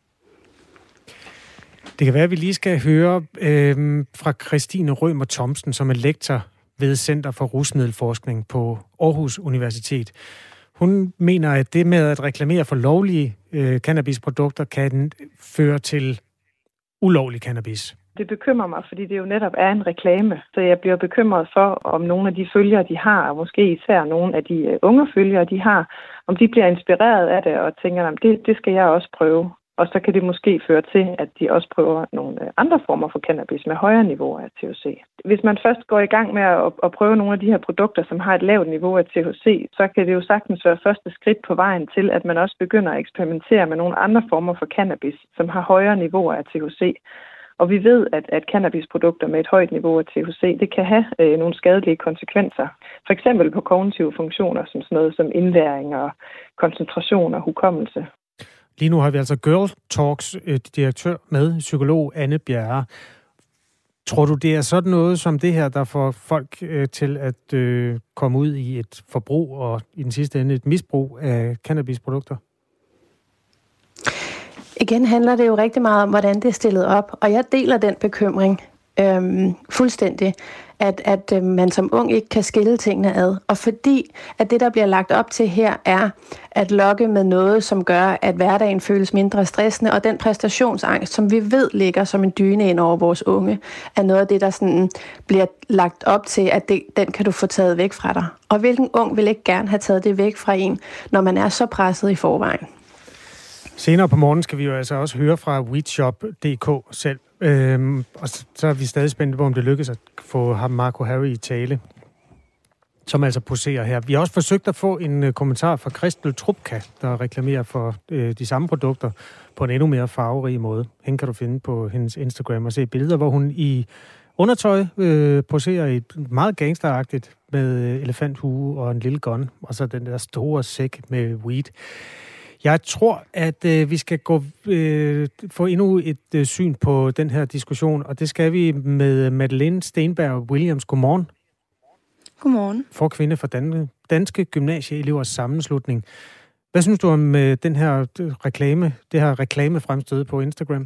Det kan være, at vi lige skal høre fra Christine Rømer Thomsen, som er lektor ved Center for Rusmiddelforskning på Aarhus Universitet. Hun mener, at det med at reklamere for lovlige cannabisprodukter kan føre til ulovlig cannabis. Det bekymrer mig, fordi det jo netop er en reklame. Så jeg bliver bekymret for, om nogle af de følgere, de har, og måske især nogle af de unge følgere, de har, om de bliver inspireret af det og tænker, at det skal jeg også prøve. Og så kan det måske føre til, at de også prøver nogle andre former for cannabis med højere niveauer af THC. Hvis man først går i gang med at prøve nogle af de her produkter, som har et lavt niveau af THC, så kan det jo sagtens være første skridt på vejen til, at man også begynder at eksperimentere med nogle andre former for cannabis, som har højere niveauer af THC. Og vi ved, at cannabisprodukter med et højt niveau af THC, det kan have nogle skadelige konsekvenser. For eksempel på kognitive funktioner, som sådan noget som indlæring og koncentration og hukommelse. Lige nu har vi altså Girl Talks direktør med, psykolog Anne Bjerre. Tror du, det er sådan noget som det her, der får folk til at komme ud i et forbrug og i den sidste ende et misbrug af cannabisprodukter? Igen handler det jo rigtig meget om, hvordan det er stillet op, og jeg deler den bekymring fuldstændig, at man som ung ikke kan skille tingene ad. Og fordi at det, der bliver lagt op til her, er at lokke med noget, som gør, at hverdagen føles mindre stressende, og den præstationsangst, som vi ved ligger som en dyne ind over vores unge, er noget af det, der sådan bliver lagt op til, at den kan du få taget væk fra dig. Og hvilken ung vil ikke gerne have taget det væk fra en, når man er så presset i forvejen? Senere på morgen skal vi jo altså også høre fra weedshop.dk selv. Og så er vi stadig spændte på, om det lykkes at få ham Marco Harry i tale, som altså poserer her. Vi har også forsøgt at få en kommentar fra Christel Trupka, der reklamerer for de samme produkter på en endnu mere farverig måde. Hende kan du finde på hendes Instagram og se billeder, hvor hun i undertøj poserer i et meget gangsteragtigt med elefanthue og en lille gun, og så den der store sæk med weed. Jeg tror, at vi skal få endnu et syn på den her diskussion, og det skal vi med Madeleine Stenberg Williams. Godmorgen. Godmorgen. Forkvinde for Danske Gymnasieelevers Sammenslutning. Hvad synes du om den her reklamefremstød på Instagram?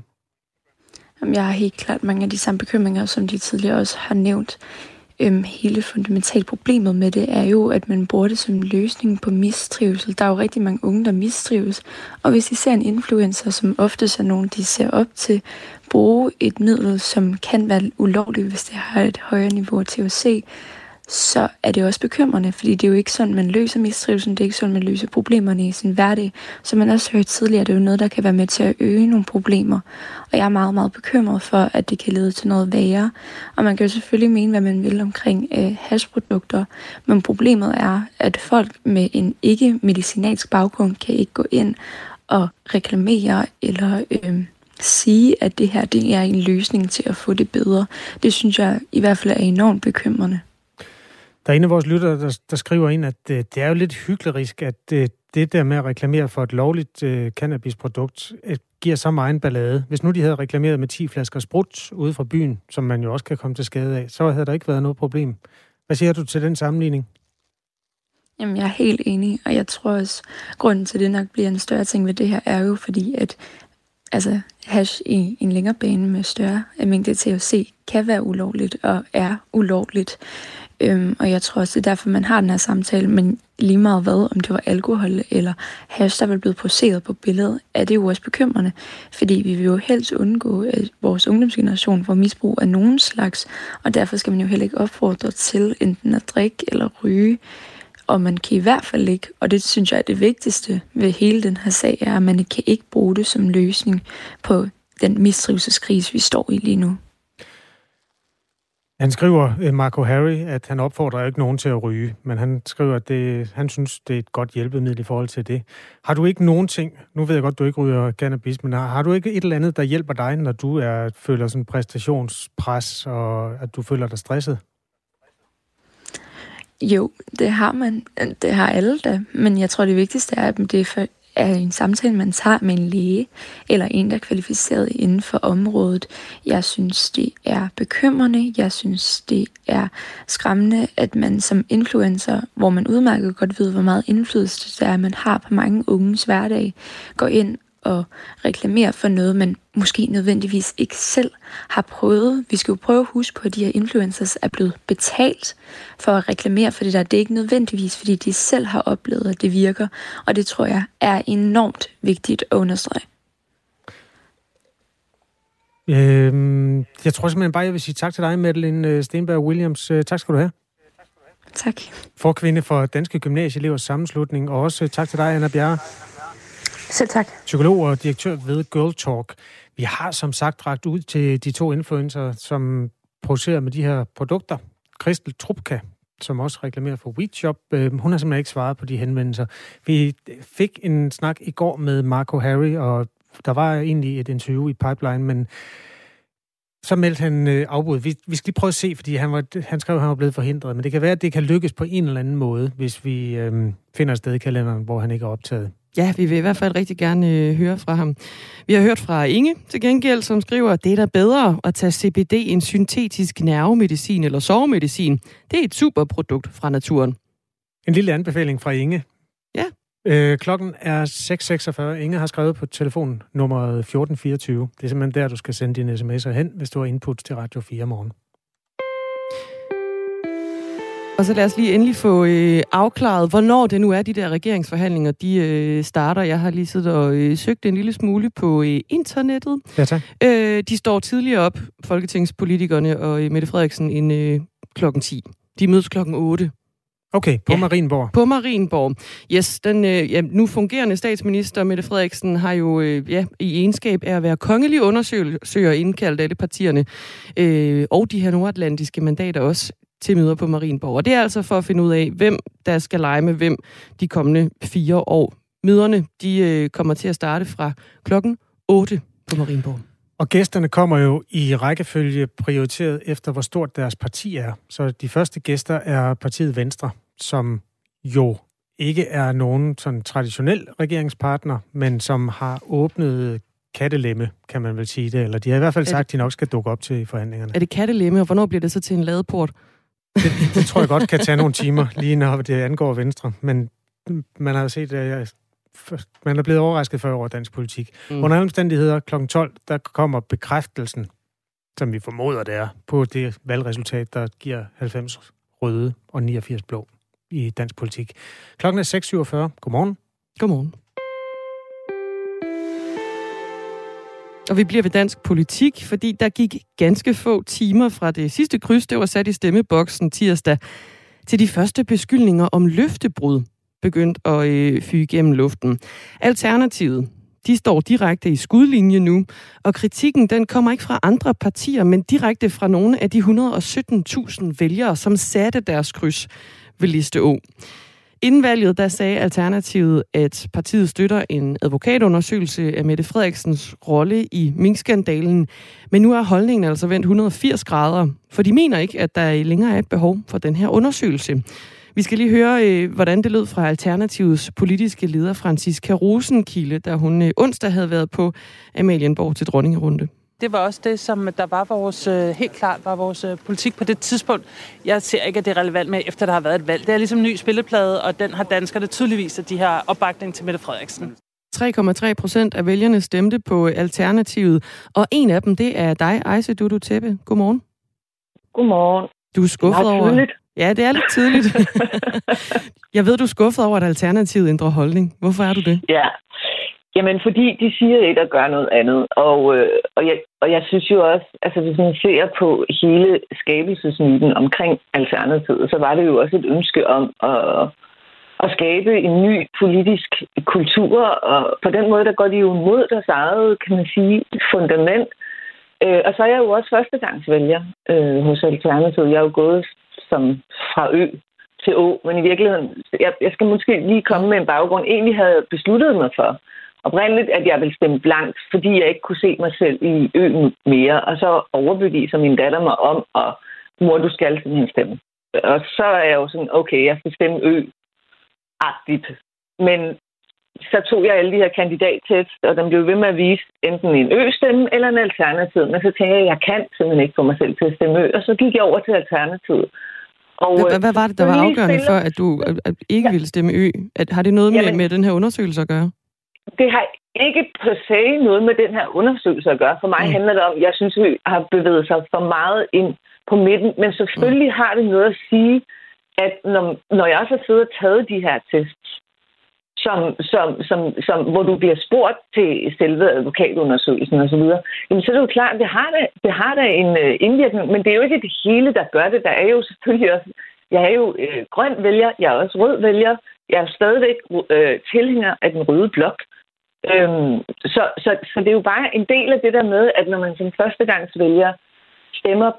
Jeg har helt klart mange af de samme bekymringer, som de tidligere også har nævnt. Hele fundamentalt problemet med det er jo, at man bruger det som løsning på mistrivsel. Der er jo rigtig mange unge, der mistrives. Og hvis de ser en influencer, som oftest er nogen, de ser op til, bruge et middel, som kan være ulovligt, hvis det har et højere niveau af THC, så er det også bekymrende, fordi det er jo ikke sådan, man løser mistrivelsen, det er ikke sådan, man løser problemerne i sin hverdag. Som man også hørte tidligere, det er jo noget, der kan være med til at øge nogle problemer. Og jeg er meget, meget bekymret for, at det kan lede til noget værre. Og man kan jo selvfølgelig mene, hvad man vil omkring hashprodukter, men problemet er, at folk med en ikke-medicinalsk baggrund kan ikke gå ind og reklamere eller sige, at det her det er en løsning til at få det bedre. Det synes jeg i hvert fald er enormt bekymrende. Der er en af vores lyttere, der skriver ind, at det er jo lidt hyklerisk, at det der med at reklamere for et lovligt cannabisprodukt giver så meget ballade. Hvis nu de havde reklameret med 10 flasker sprut ude fra byen, som man jo også kan komme til skade af, så havde der ikke været noget problem. Hvad siger du til den sammenligning? Jamen, jeg er helt enig, og jeg tror også, grunden til det nok bliver en større ting ved det her, er jo fordi, at hash i en længere bane med større mængde THC kan være ulovligt og er ulovligt. Og jeg tror også, det er derfor, man har den her samtale, men lige meget hvad, om det var alkohol eller hash, der var blevet poseret på billedet, er det jo også bekymrende, fordi vi vil jo helst undgå, at vores ungdomsgeneration får misbrug af nogen slags, og derfor skal man jo heller ikke opfordre til enten at drikke eller ryge, og man kan i hvert fald ikke, og det synes jeg er det vigtigste ved hele den her sag, er, at man kan ikke bruge det som løsning på den mistrivselskrise, vi står i lige nu. Han skriver, Marco Harry, at han opfordrer ikke nogen til at ryge, men han skriver, at han synes, det er et godt hjælpemiddel i forhold til det. Har du ikke nogen ting, nu ved jeg godt, du ikke ryger cannabis, men har du ikke et eller andet, der hjælper dig, når du føler sådan præstationspres, og at du føler dig stresset? Jo, det har man. Det har alle da. Men jeg tror, det vigtigste er, at det er en samtale, man tager med en læge eller en, der er kvalificeret inden for området. Jeg synes, det er bekymrende. Jeg synes, det er skræmmende, at man som influencer, hvor man udmærket godt ved, hvor meget indflydelse det er, man har på mange unges hverdag, går ind og reklamerer for noget, man måske nødvendigvis ikke selv har prøvet. Vi skal jo prøve at huske på, at de her influencers er blevet betalt for at reklamere for det der. Det er ikke nødvendigvis, fordi de selv har oplevet, at det virker. Og det tror jeg er enormt vigtigt at understrege. Jeg tror simpelthen bare, jeg vil sige tak til dig, Madeleine Stenberg Williams. Tak skal du have. Tak. Forkvinde for Danske Gymnasieelevers Sammenslutning, og også tak til dig, Anna Bjerre. Selv tak. Psykolog og direktør ved Girl Talk. Vi har som sagt rakt ud til de 2 influencer, som producerer med de her produkter. Christel Trupka, som også reklamerer for WeedShop, hun har simpelthen ikke svaret på de henvendelser. Vi fik en snak i går med Marco Harry, og der var egentlig et interview i pipeline, men så meldte han afbud. Vi skal lige prøve at se, fordi han skrev, at han var blevet forhindret, men det kan være, at det kan lykkes på en eller anden måde, hvis vi finder et sted i kalenderen, hvor han ikke er optaget. Ja, vi vil i hvert fald rigtig gerne høre fra ham. Vi har hørt fra Inge til gengæld, som skriver, at det er da bedre at tage CBD end syntetisk nervemedicin eller sovemedicin. Det er et superprodukt fra naturen. En lille anbefaling fra Inge. Ja. Klokken er 6.46. Inge har skrevet på telefon nummer 1424. Det er simpelthen der, du skal sende dine sms'er hen, hvis du har input til Radio 4 morgen. Og så lad os lige endelig få afklaret, hvornår det nu er, de der regeringsforhandlinger, de starter. Jeg har lige siddet og søgt en lille smule på internettet. Ja, tak. De står tidligere op, folketingspolitikerne og Mette Frederiksen, klokken 10. De mødes klokken 8. Okay, på Marienborg. På Marienborg. Yes, den nu fungerende statsminister Mette Frederiksen har jo i egenskab af at være kongelig undersøger indkaldt alle partierne og de her nordatlantiske mandater også til møder på Marienborg. Og det er altså for at finde ud af, hvem der skal lege med hvem de kommende 4 år. Møderne, de kommer til at starte fra klokken 8 på Marienborg. Og gæsterne kommer jo i rækkefølge prioriteret efter, hvor stort deres parti er. Så de første gæster er partiet Venstre, som jo ikke er nogen sådan traditionel regeringspartner, men som har åbnet kattelemme, kan man vel sige det. Eller de har i hvert fald sagt, at de nok skal dukke op til forhandlingerne. Er det kattelemme, og hvornår bliver det så til en ladeport? Det tror jeg godt kan tage nogle timer, lige når det angår Venstre. Men man har jo set, at man er blevet overrasket før over dansk politik. Under alle omstændigheder kl. 12, der kommer bekræftelsen, som vi formoder det er, på det valgresultat, der giver 90 røde og 89 blå i dansk politik. Klokken er 6.47. Godmorgen. Godmorgen. Og vi bliver ved dansk politik, fordi der gik ganske få timer fra det sidste kryds, det var sat i stemmeboksen tirsdag, til de første beskyldninger om løftebrud begyndt at fyge gennem luften. Alternativet, de står direkte i skudlinje nu, og kritikken den kommer ikke fra andre partier, men direkte fra nogle af de 117.000 vælgere, som satte deres kryds ved liste O. Inden valget, der sagde Alternativet, at partiet støtter en advokatundersøgelse af Mette Frederiksens rolle i minkskandalen. Men nu er holdningen altså vendt 180 grader, for de mener ikke, at der længere er et behov for den her undersøgelse. Vi skal lige høre, hvordan det lød fra Alternativets politiske leder, Franciska Rosenkilde, da hun onsdag havde været på Amalienborg til dronningerunde. Det var også det, som der var vores, helt klart var vores politik på det tidspunkt. Jeg ser ikke, at det er relevant med, efter der har været et valg. Det er ligesom en ny spilleplade, og den har danskerne tydeligvis, at de har opbakning til Mette Frederiksen. 3,3% af vælgerne stemte på Alternativet, og en af dem, det er dig, Aise Dudu Tebbe. Godmorgen. Godmorgen. Du er skuffet over... Ja, det er lidt tidligt. Jeg ved, du er skuffet over, at Alternativet ændrer holdning. Hvorfor er du det? Ja, jamen fordi de siger et og gør noget andet. Og jeg synes jo også, altså hvis man ser på hele skabelsesmyten omkring Alternativet, så var det jo også et ønske om at skabe en ny politisk kultur. Og på den måde, der går de jo mod deres eget, kan man sige, fundament. Og så er jeg jo også førstegangsvælger hos Alternativet. Jeg er jo gået som fra Ø til Å, men i virkeligheden, jeg skal måske lige komme med en baggrund. Egentlig havde jeg besluttet mig for oprindeligt, at jeg ville stemme blankt, fordi jeg ikke kunne se mig selv i Ø mere, og så overbeviser min datter mig om, at mor, du skal simpelthen stemme. Og så er jeg jo sådan, okay, jeg skal stemme Ø-agtigt. Men så tog jeg alle de her kandidattest, og den blev ved med at vise enten en ø-stemme eller en alternativ. Men så tænkte jeg, at jeg kan simpelthen ikke få mig selv til at stemme ø, og så gik jeg over til alternativet. Hvad var det, der var afgørende for, at du ikke ville stemme ø? Har det noget med den her undersøgelse at gøre? Det har ikke per se noget med den her undersøgelse at gøre. For mig handler det om, at jeg synes, vi har bevæget sig for meget ind på midten. Men selvfølgelig har det noget at sige, at når jeg også har siddet og taget de her tests, hvor du bliver spurgt til selve advokatundersøgelsen osv., så er det jo klart, at det har da en indvirkning, men det er jo ikke det hele, der gør det. Der er jo selvfølgelig også, jeg er jo grøn vælger, jeg er også rød vælger, jeg er stadigvæk tilhænger af den røde blok. Så det er jo bare en del af det der med, at når man som førstegangsvælger stemmer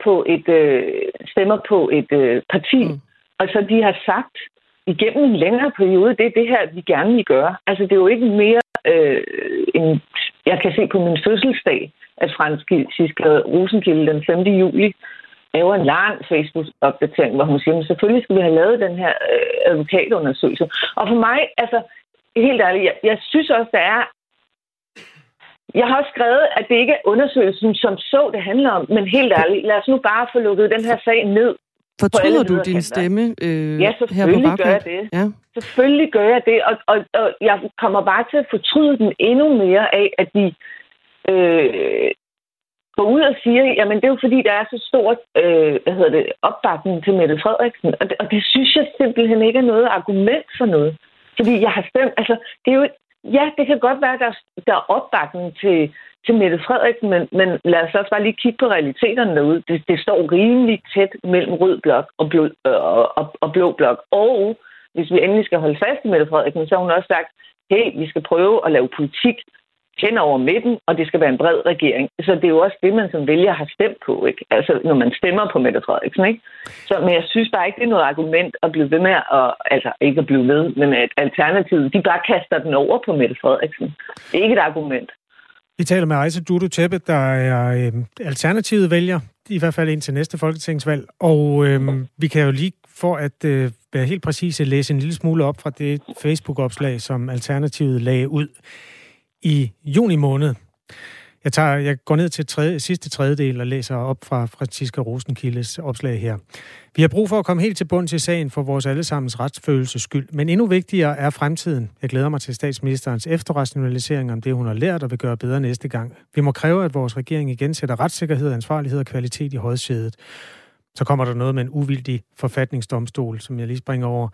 på et parti, og så de har sagt igennem en længere periode, det er det her, vi gerne vil gøre. Altså, det er jo ikke mere end jeg kan se på min fødselsdag, at Franciska Rosenkilde den 5. juli laver en lang Facebook-opdatering, hvor hun siger, at selvfølgelig skal vi have lavet den her advokatundersøgelse. Og for mig, altså, helt ærligt, jeg synes også, der er... Jeg har også skrevet, at det ikke er undersøgelsen som så, det handler om, men helt ærligt, lad os nu bare få lukket den her sag ned. Fortryder du din stemme ja, selvfølgelig gør jeg det. Ja. Selvfølgelig gør jeg det, og jeg kommer bare til at fortryde den endnu mere af, at de går ud og siger, jamen det er jo fordi, der er så stor opbakning til Mette Frederiksen, og det synes jeg simpelthen ikke er noget argument for noget. Fordi jeg har stemt, altså det er jo, ja, det kan godt være, at der er opbakning til Mette Frederiksen, men lad os også bare lige kigge på realiteterne derude. Det står rimelig tæt mellem rød blok og blå blok. Og hvis vi endelig skal holde fast i Mette Frederiksen, så har hun også sagt, hey, vi skal prøve at lave politik hen over midten, og det skal være en bred regering. Så det er jo også det, man som vælger har stemt på, ikke? Altså, når man stemmer på Mette Frederiksen, ikke? Men jeg synes bare ikke, det er noget argument at blive ved med altså ikke at blive ved, men at Alternativet, de bare kaster den over på Mette Frederiksen. Det er ikke et argument. Vi taler med Aissatou Tebbe, der er Alternativet vælger, i hvert fald indtil næste folketingsvalg. Og vi kan jo lige, for at være helt præcise, læse en lille smule op fra det Facebook-opslag, som Alternativet lagde ud i juni måned. Jeg går ned til sidste tredjedel og læser op fra Franciska Rosenkildes opslag her. Vi har brug for at komme helt til bund til sagen for vores allesammens retsfølelses skyld, men endnu vigtigere er fremtiden. Jeg glæder mig til statsministerens efterrationalisering om det, hun har lært og vil gøre bedre næste gang. Vi må kræve, at vores regering igen sætter retssikkerhed, ansvarlighed og kvalitet i højsædet. Så kommer der noget med en uvildig forfatningsdomstol, som jeg lige springer over.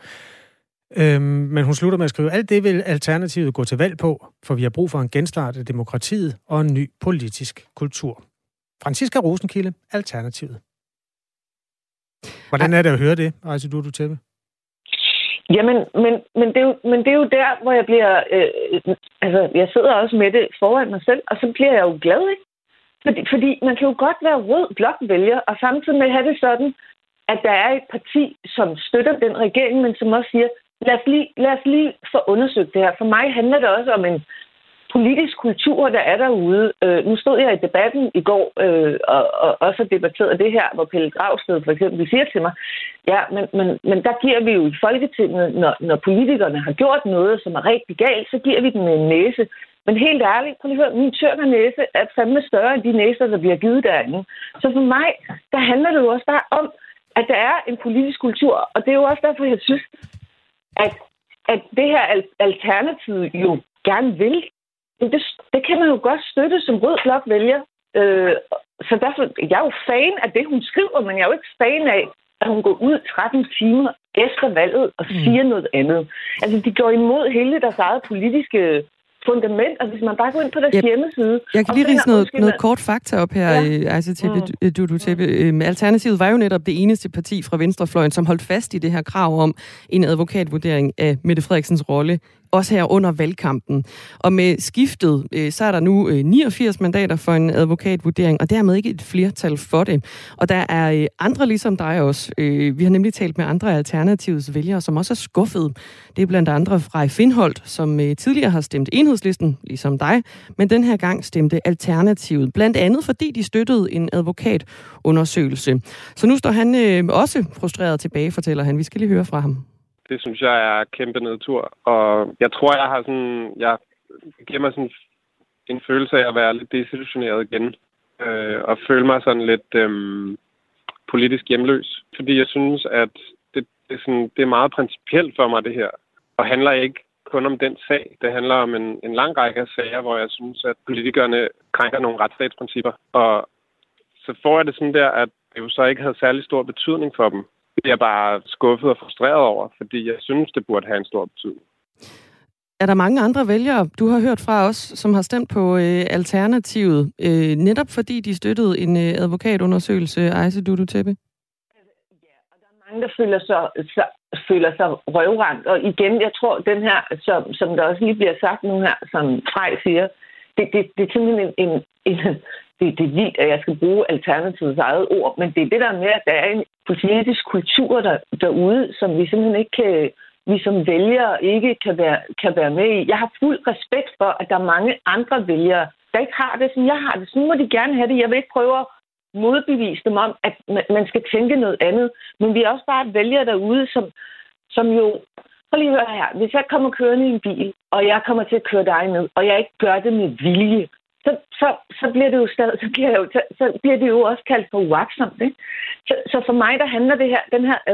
Men hun slutter med at skrive, alt det vil Alternativet gå til valg på, for vi har brug for en genstart af demokratiet og en ny politisk kultur. Franciska Rosenkilde, Alternativet. Hvordan er det at høre det, Aissatou Tebbe? Jamen, men det er jo der, hvor jeg bliver... jeg sidder også med det foran mig selv, og så bliver jeg jo glad, ikke? Fordi man kan jo godt være rød blokvælger, og samtidig med at have det sådan, at der er et parti, som støtter den regering, men som også siger, lad os lige få undersøgt det her. For mig handler det også om en politisk kultur, der er derude. Nu stod jeg i debatten i går og også debatterede det her, hvor Pelle Dragsted for eksempel siger til mig, ja, men der giver vi jo i Folketinget, når politikerne har gjort noget, som er rigtig galt, så giver vi dem en næse. Men helt ærligt, prøv lige at høre, min tyrkernæse er fandme større end de næser, der bliver givet derinde. Så for mig, der handler det jo også bare om, at der er en politisk kultur, og det er jo også derfor, jeg synes, at det her alternativ jo gerne vil. Det kan man jo godt støtte som rød blok vælger. Så derfor, jeg er jo fan af det, hun skriver, men jeg er jo ikke fan af, at hun går ud 13 timer efter valget og siger noget andet. Altså, de går imod hele deres eget politiske fundament, og hvis man bare går ind på deres hjemmeside... Jeg kan lige rise noget kort fakta op her, Aissatou Tebbe. Alternativet var jo netop det eneste parti fra venstrefløjen, som holdt fast i det her krav om en advokatvurdering af Mette Frederiksens rolle, også her under valgkampen. Og med skiftet, så er der nu 89 mandater for en advokatvurdering, og dermed ikke et flertal for det. Og der er andre ligesom dig også. Vi har nemlig talt med andre Alternativets vælgere, som også er skuffet. Det er blandt andre Frej Findholt, som tidligere har stemt Enhedslisten, ligesom dig, men den her gang stemte Alternativet. Blandt andet fordi de støttede en advokatundersøgelse. Så nu står han også frustreret tilbage, fortæller han. Vi skal lige høre fra ham. Det synes jeg er kæmpe nedtur. Og jeg tror, jeg giver mig sådan en følelse af at være lidt desillusioneret igen. Og føle mig sådan lidt politisk hjemløs. Fordi jeg synes, at det er meget principielt for mig, det her. Og handler ikke kun om den sag. Det handler om en lang række af sager, hvor jeg synes, at politikerne krænker nogle retsstatsprincipper. Og så får jeg det sådan der, at det jo så ikke havde særlig stor betydning for dem. Det er bare skuffet og frustreret over, fordi jeg synes, det burde have en stor betydning. Er der mange andre vælgere, du har hørt fra os, som har stemt på Alternativet, netop fordi de støttede en advokatundersøgelse, Aise Dudu Tebbe? Ja, og der er mange, der føler sig røvrendt. Og igen, jeg tror, den her, som der også lige bliver sagt nu her, som Frej siger, det er simpelthen det er vildt, at jeg skal bruge Alternativets eget ord, men det er det der med, at der er en politisk kultur derude, som vi simpelthen ikke kan, vi som vælgere ikke kan være med i. Jeg har fuld respekt for, at der er mange andre vælgere, der ikke har det, som jeg har det. Så nu må de gerne have det. Jeg vil ikke prøve at modbevise dem om, at man skal tænke noget andet. Men vi er også bare vælgere derude, som jo... Prøv lige at høre her. Hvis jeg kommer kørende i en bil, og jeg kommer til at køre dig ned, og jeg ikke gør det med vilje, så bliver det jo så bliver det jo også kaldt for uagtsomt, ikke? Så for mig, der handler den her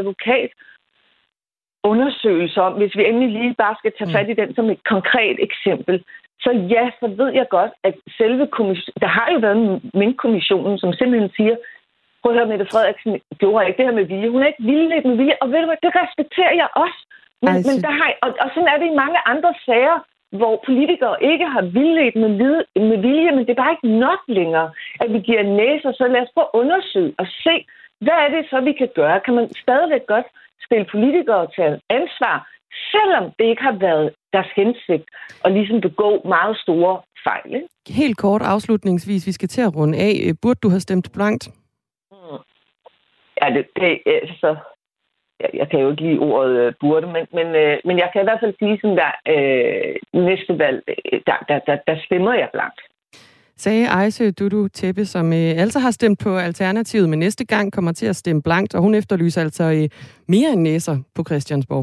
advokatundersøgelse om, hvis vi endelig lige bare skal tage fat i den som et konkret eksempel, så ja, så ved jeg godt, at selve der har jo været Mink-kommissionen, som simpelthen siger, prøv at høre, Mette Frederiksen gjorde ikke det her med vilje. Hun er ikke vildledt med vilje, og ved du hvad, det respekterer jeg også. Men der har, og sådan er det i mange andre sager, hvor politikere ikke har vildledt med vilje, men det er bare ikke nok længere, at vi giver næser. Så lad os prøve at undersøge og se, hvad er det så, vi kan gøre? Kan man stadigvæk godt stille politikere til ansvar, selvom det ikke har været deres hensigt at ligesom begå meget store fejl? Ikke? Helt kort afslutningsvis, vi skal til at runde af. Burde du have stemt blankt? Ja, så... Jeg kan jo ikke lide ordet burde, men jeg kan i hvert fald sige sådan der, næste valg, der stemmer jeg blankt. Sagde Aise Dudu Tebbe, som altså har stemt på Alternativet, men næste gang kommer til at stemme blankt, og hun efterlyser altså mere end næser på Christiansborg.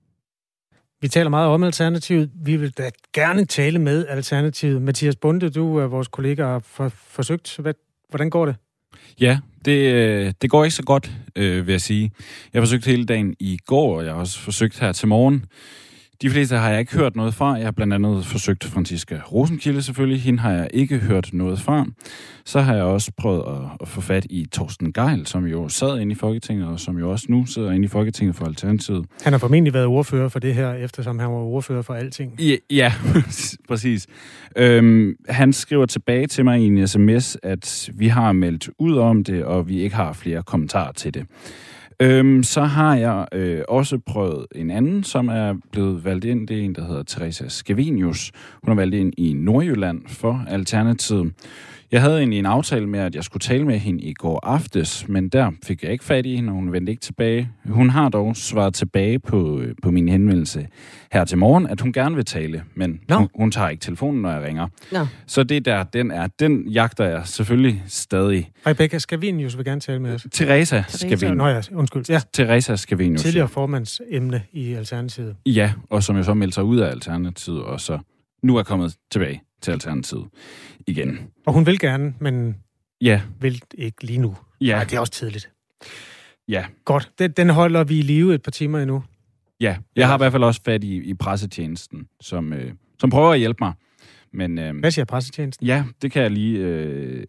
Vi taler meget om Alternativet. Vi vil da gerne tale med Alternativet. Mathias Bonde, du er vores kollega, har forsøgt. Hvordan går det? Ja, det går ikke så godt, vil jeg sige. Jeg har forsøgt hele dagen i går, og jeg har også forsøgt her til morgen. De fleste har jeg ikke hørt noget fra. Jeg har blandt andet forsøgt Franciska Rosenkilde selvfølgelig. Hende har jeg ikke hørt noget fra. Så har jeg også prøvet at få fat i Torsten Gejl, som jo sad inde i Folketinget, og som jo også nu sidder inde i Folketinget for Alternativet. Han har formentlig været ordfører for det her, eftersom han var ordfører for alting. Ja, præcis. Han skriver tilbage til mig i en sms, at vi har meldt ud om det, og vi ikke har flere kommentarer til det. Så har jeg også prøvet en anden, som er blevet valgt ind. Det er en, der hedder Teresa Scavenius. Hun er valgt ind i Nordjylland for Alternativet. Jeg havde egentlig en aftale med, at jeg skulle tale med hende i går aftes, men der fik jeg ikke fat i hende, og hun vendte ikke tilbage. Hun har dog svaret tilbage på min henvendelse her til morgen, at hun gerne vil tale, men hun tager ikke telefonen, når jeg ringer. No. Så det der, den jagter jeg selvfølgelig stadig. Rebecca Scavenius vil gerne tale med os. Teresa Scavenius. Nå ja, undskyld. Ja. Teresa Scavenius. Tidligere formandsemne i Alternativet. Ja, og som jo så meldte sig ud af Alternativet, og så nu er kommet tilbage til Alternativet igen. Og hun vil gerne, men vil ikke lige nu. Ja. Nej, det er også tidligt. Ja. Godt. Den holder vi i live et par timer endnu. Ja, jeg har i hvert fald også fat i pressetjenesten, som prøver at hjælpe mig. Men, hvad siger pressetjenesten? Ja, det kan jeg lige...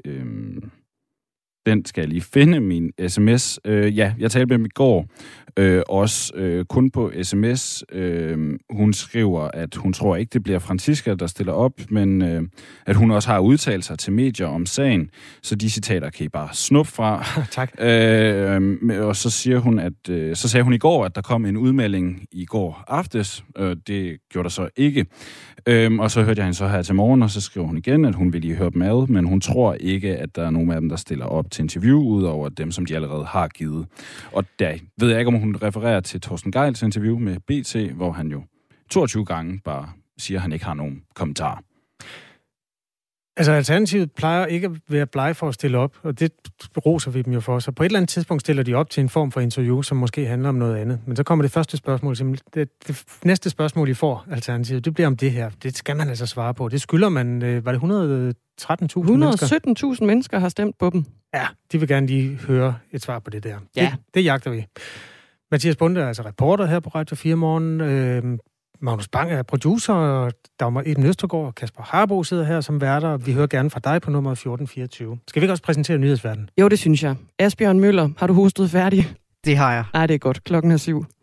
Den skal jeg lige finde, min sms. Jeg talte med dem i går, også kun på sms. Hun skriver, at hun tror ikke, det bliver Franciska, der stiller op, men at hun også har udtalt sig til medier om sagen, så de citater kan I bare snuppe fra. Tak. Og så siger hun, så sagde hun i går, at der kom en udmelding i går aftes. Det gjorde der så ikke. Og så hørte jeg hende så her til morgen, og så skriver hun igen, at hun vil lige høre dem ad, men hun tror ikke, at der er nogen af dem, der stiller op til interview, udover dem, som de allerede har givet. Og der ved jeg ikke, om hun refererer til Torsten Gejls interview med BT, hvor han jo 22 gange bare siger, at han ikke har nogen kommentarer. Altså, Alternativet plejer ikke at være blege for at stille op, og det roser vi dem jo for. Så på et eller andet tidspunkt stiller de op til en form for interview, som måske handler om noget andet. Men så kommer det første spørgsmål. Det næste spørgsmål, I får, Alternativet, det bliver om det her. Det skal man altså svare på. Det skylder man, var det 113.000 mennesker? 117.000 mennesker har stemt på dem. Ja, de vil gerne lige høre et svar på det der. Ja. Det jagter vi. Mathias Bonde er altså reporter her på Radio 4 Morgen. Magnus Bang er producer, og Dagmar Eben Østergaard og Kasper Harbo sidder her som værter. Vi hører gerne fra dig på nummer 1424. Skal vi ikke også præsentere nyhedsverdenen? Jo, det synes jeg. Asbjørn Møller, har du hostet færdig? Det har jeg. Nej, det er godt. Klokken er 7.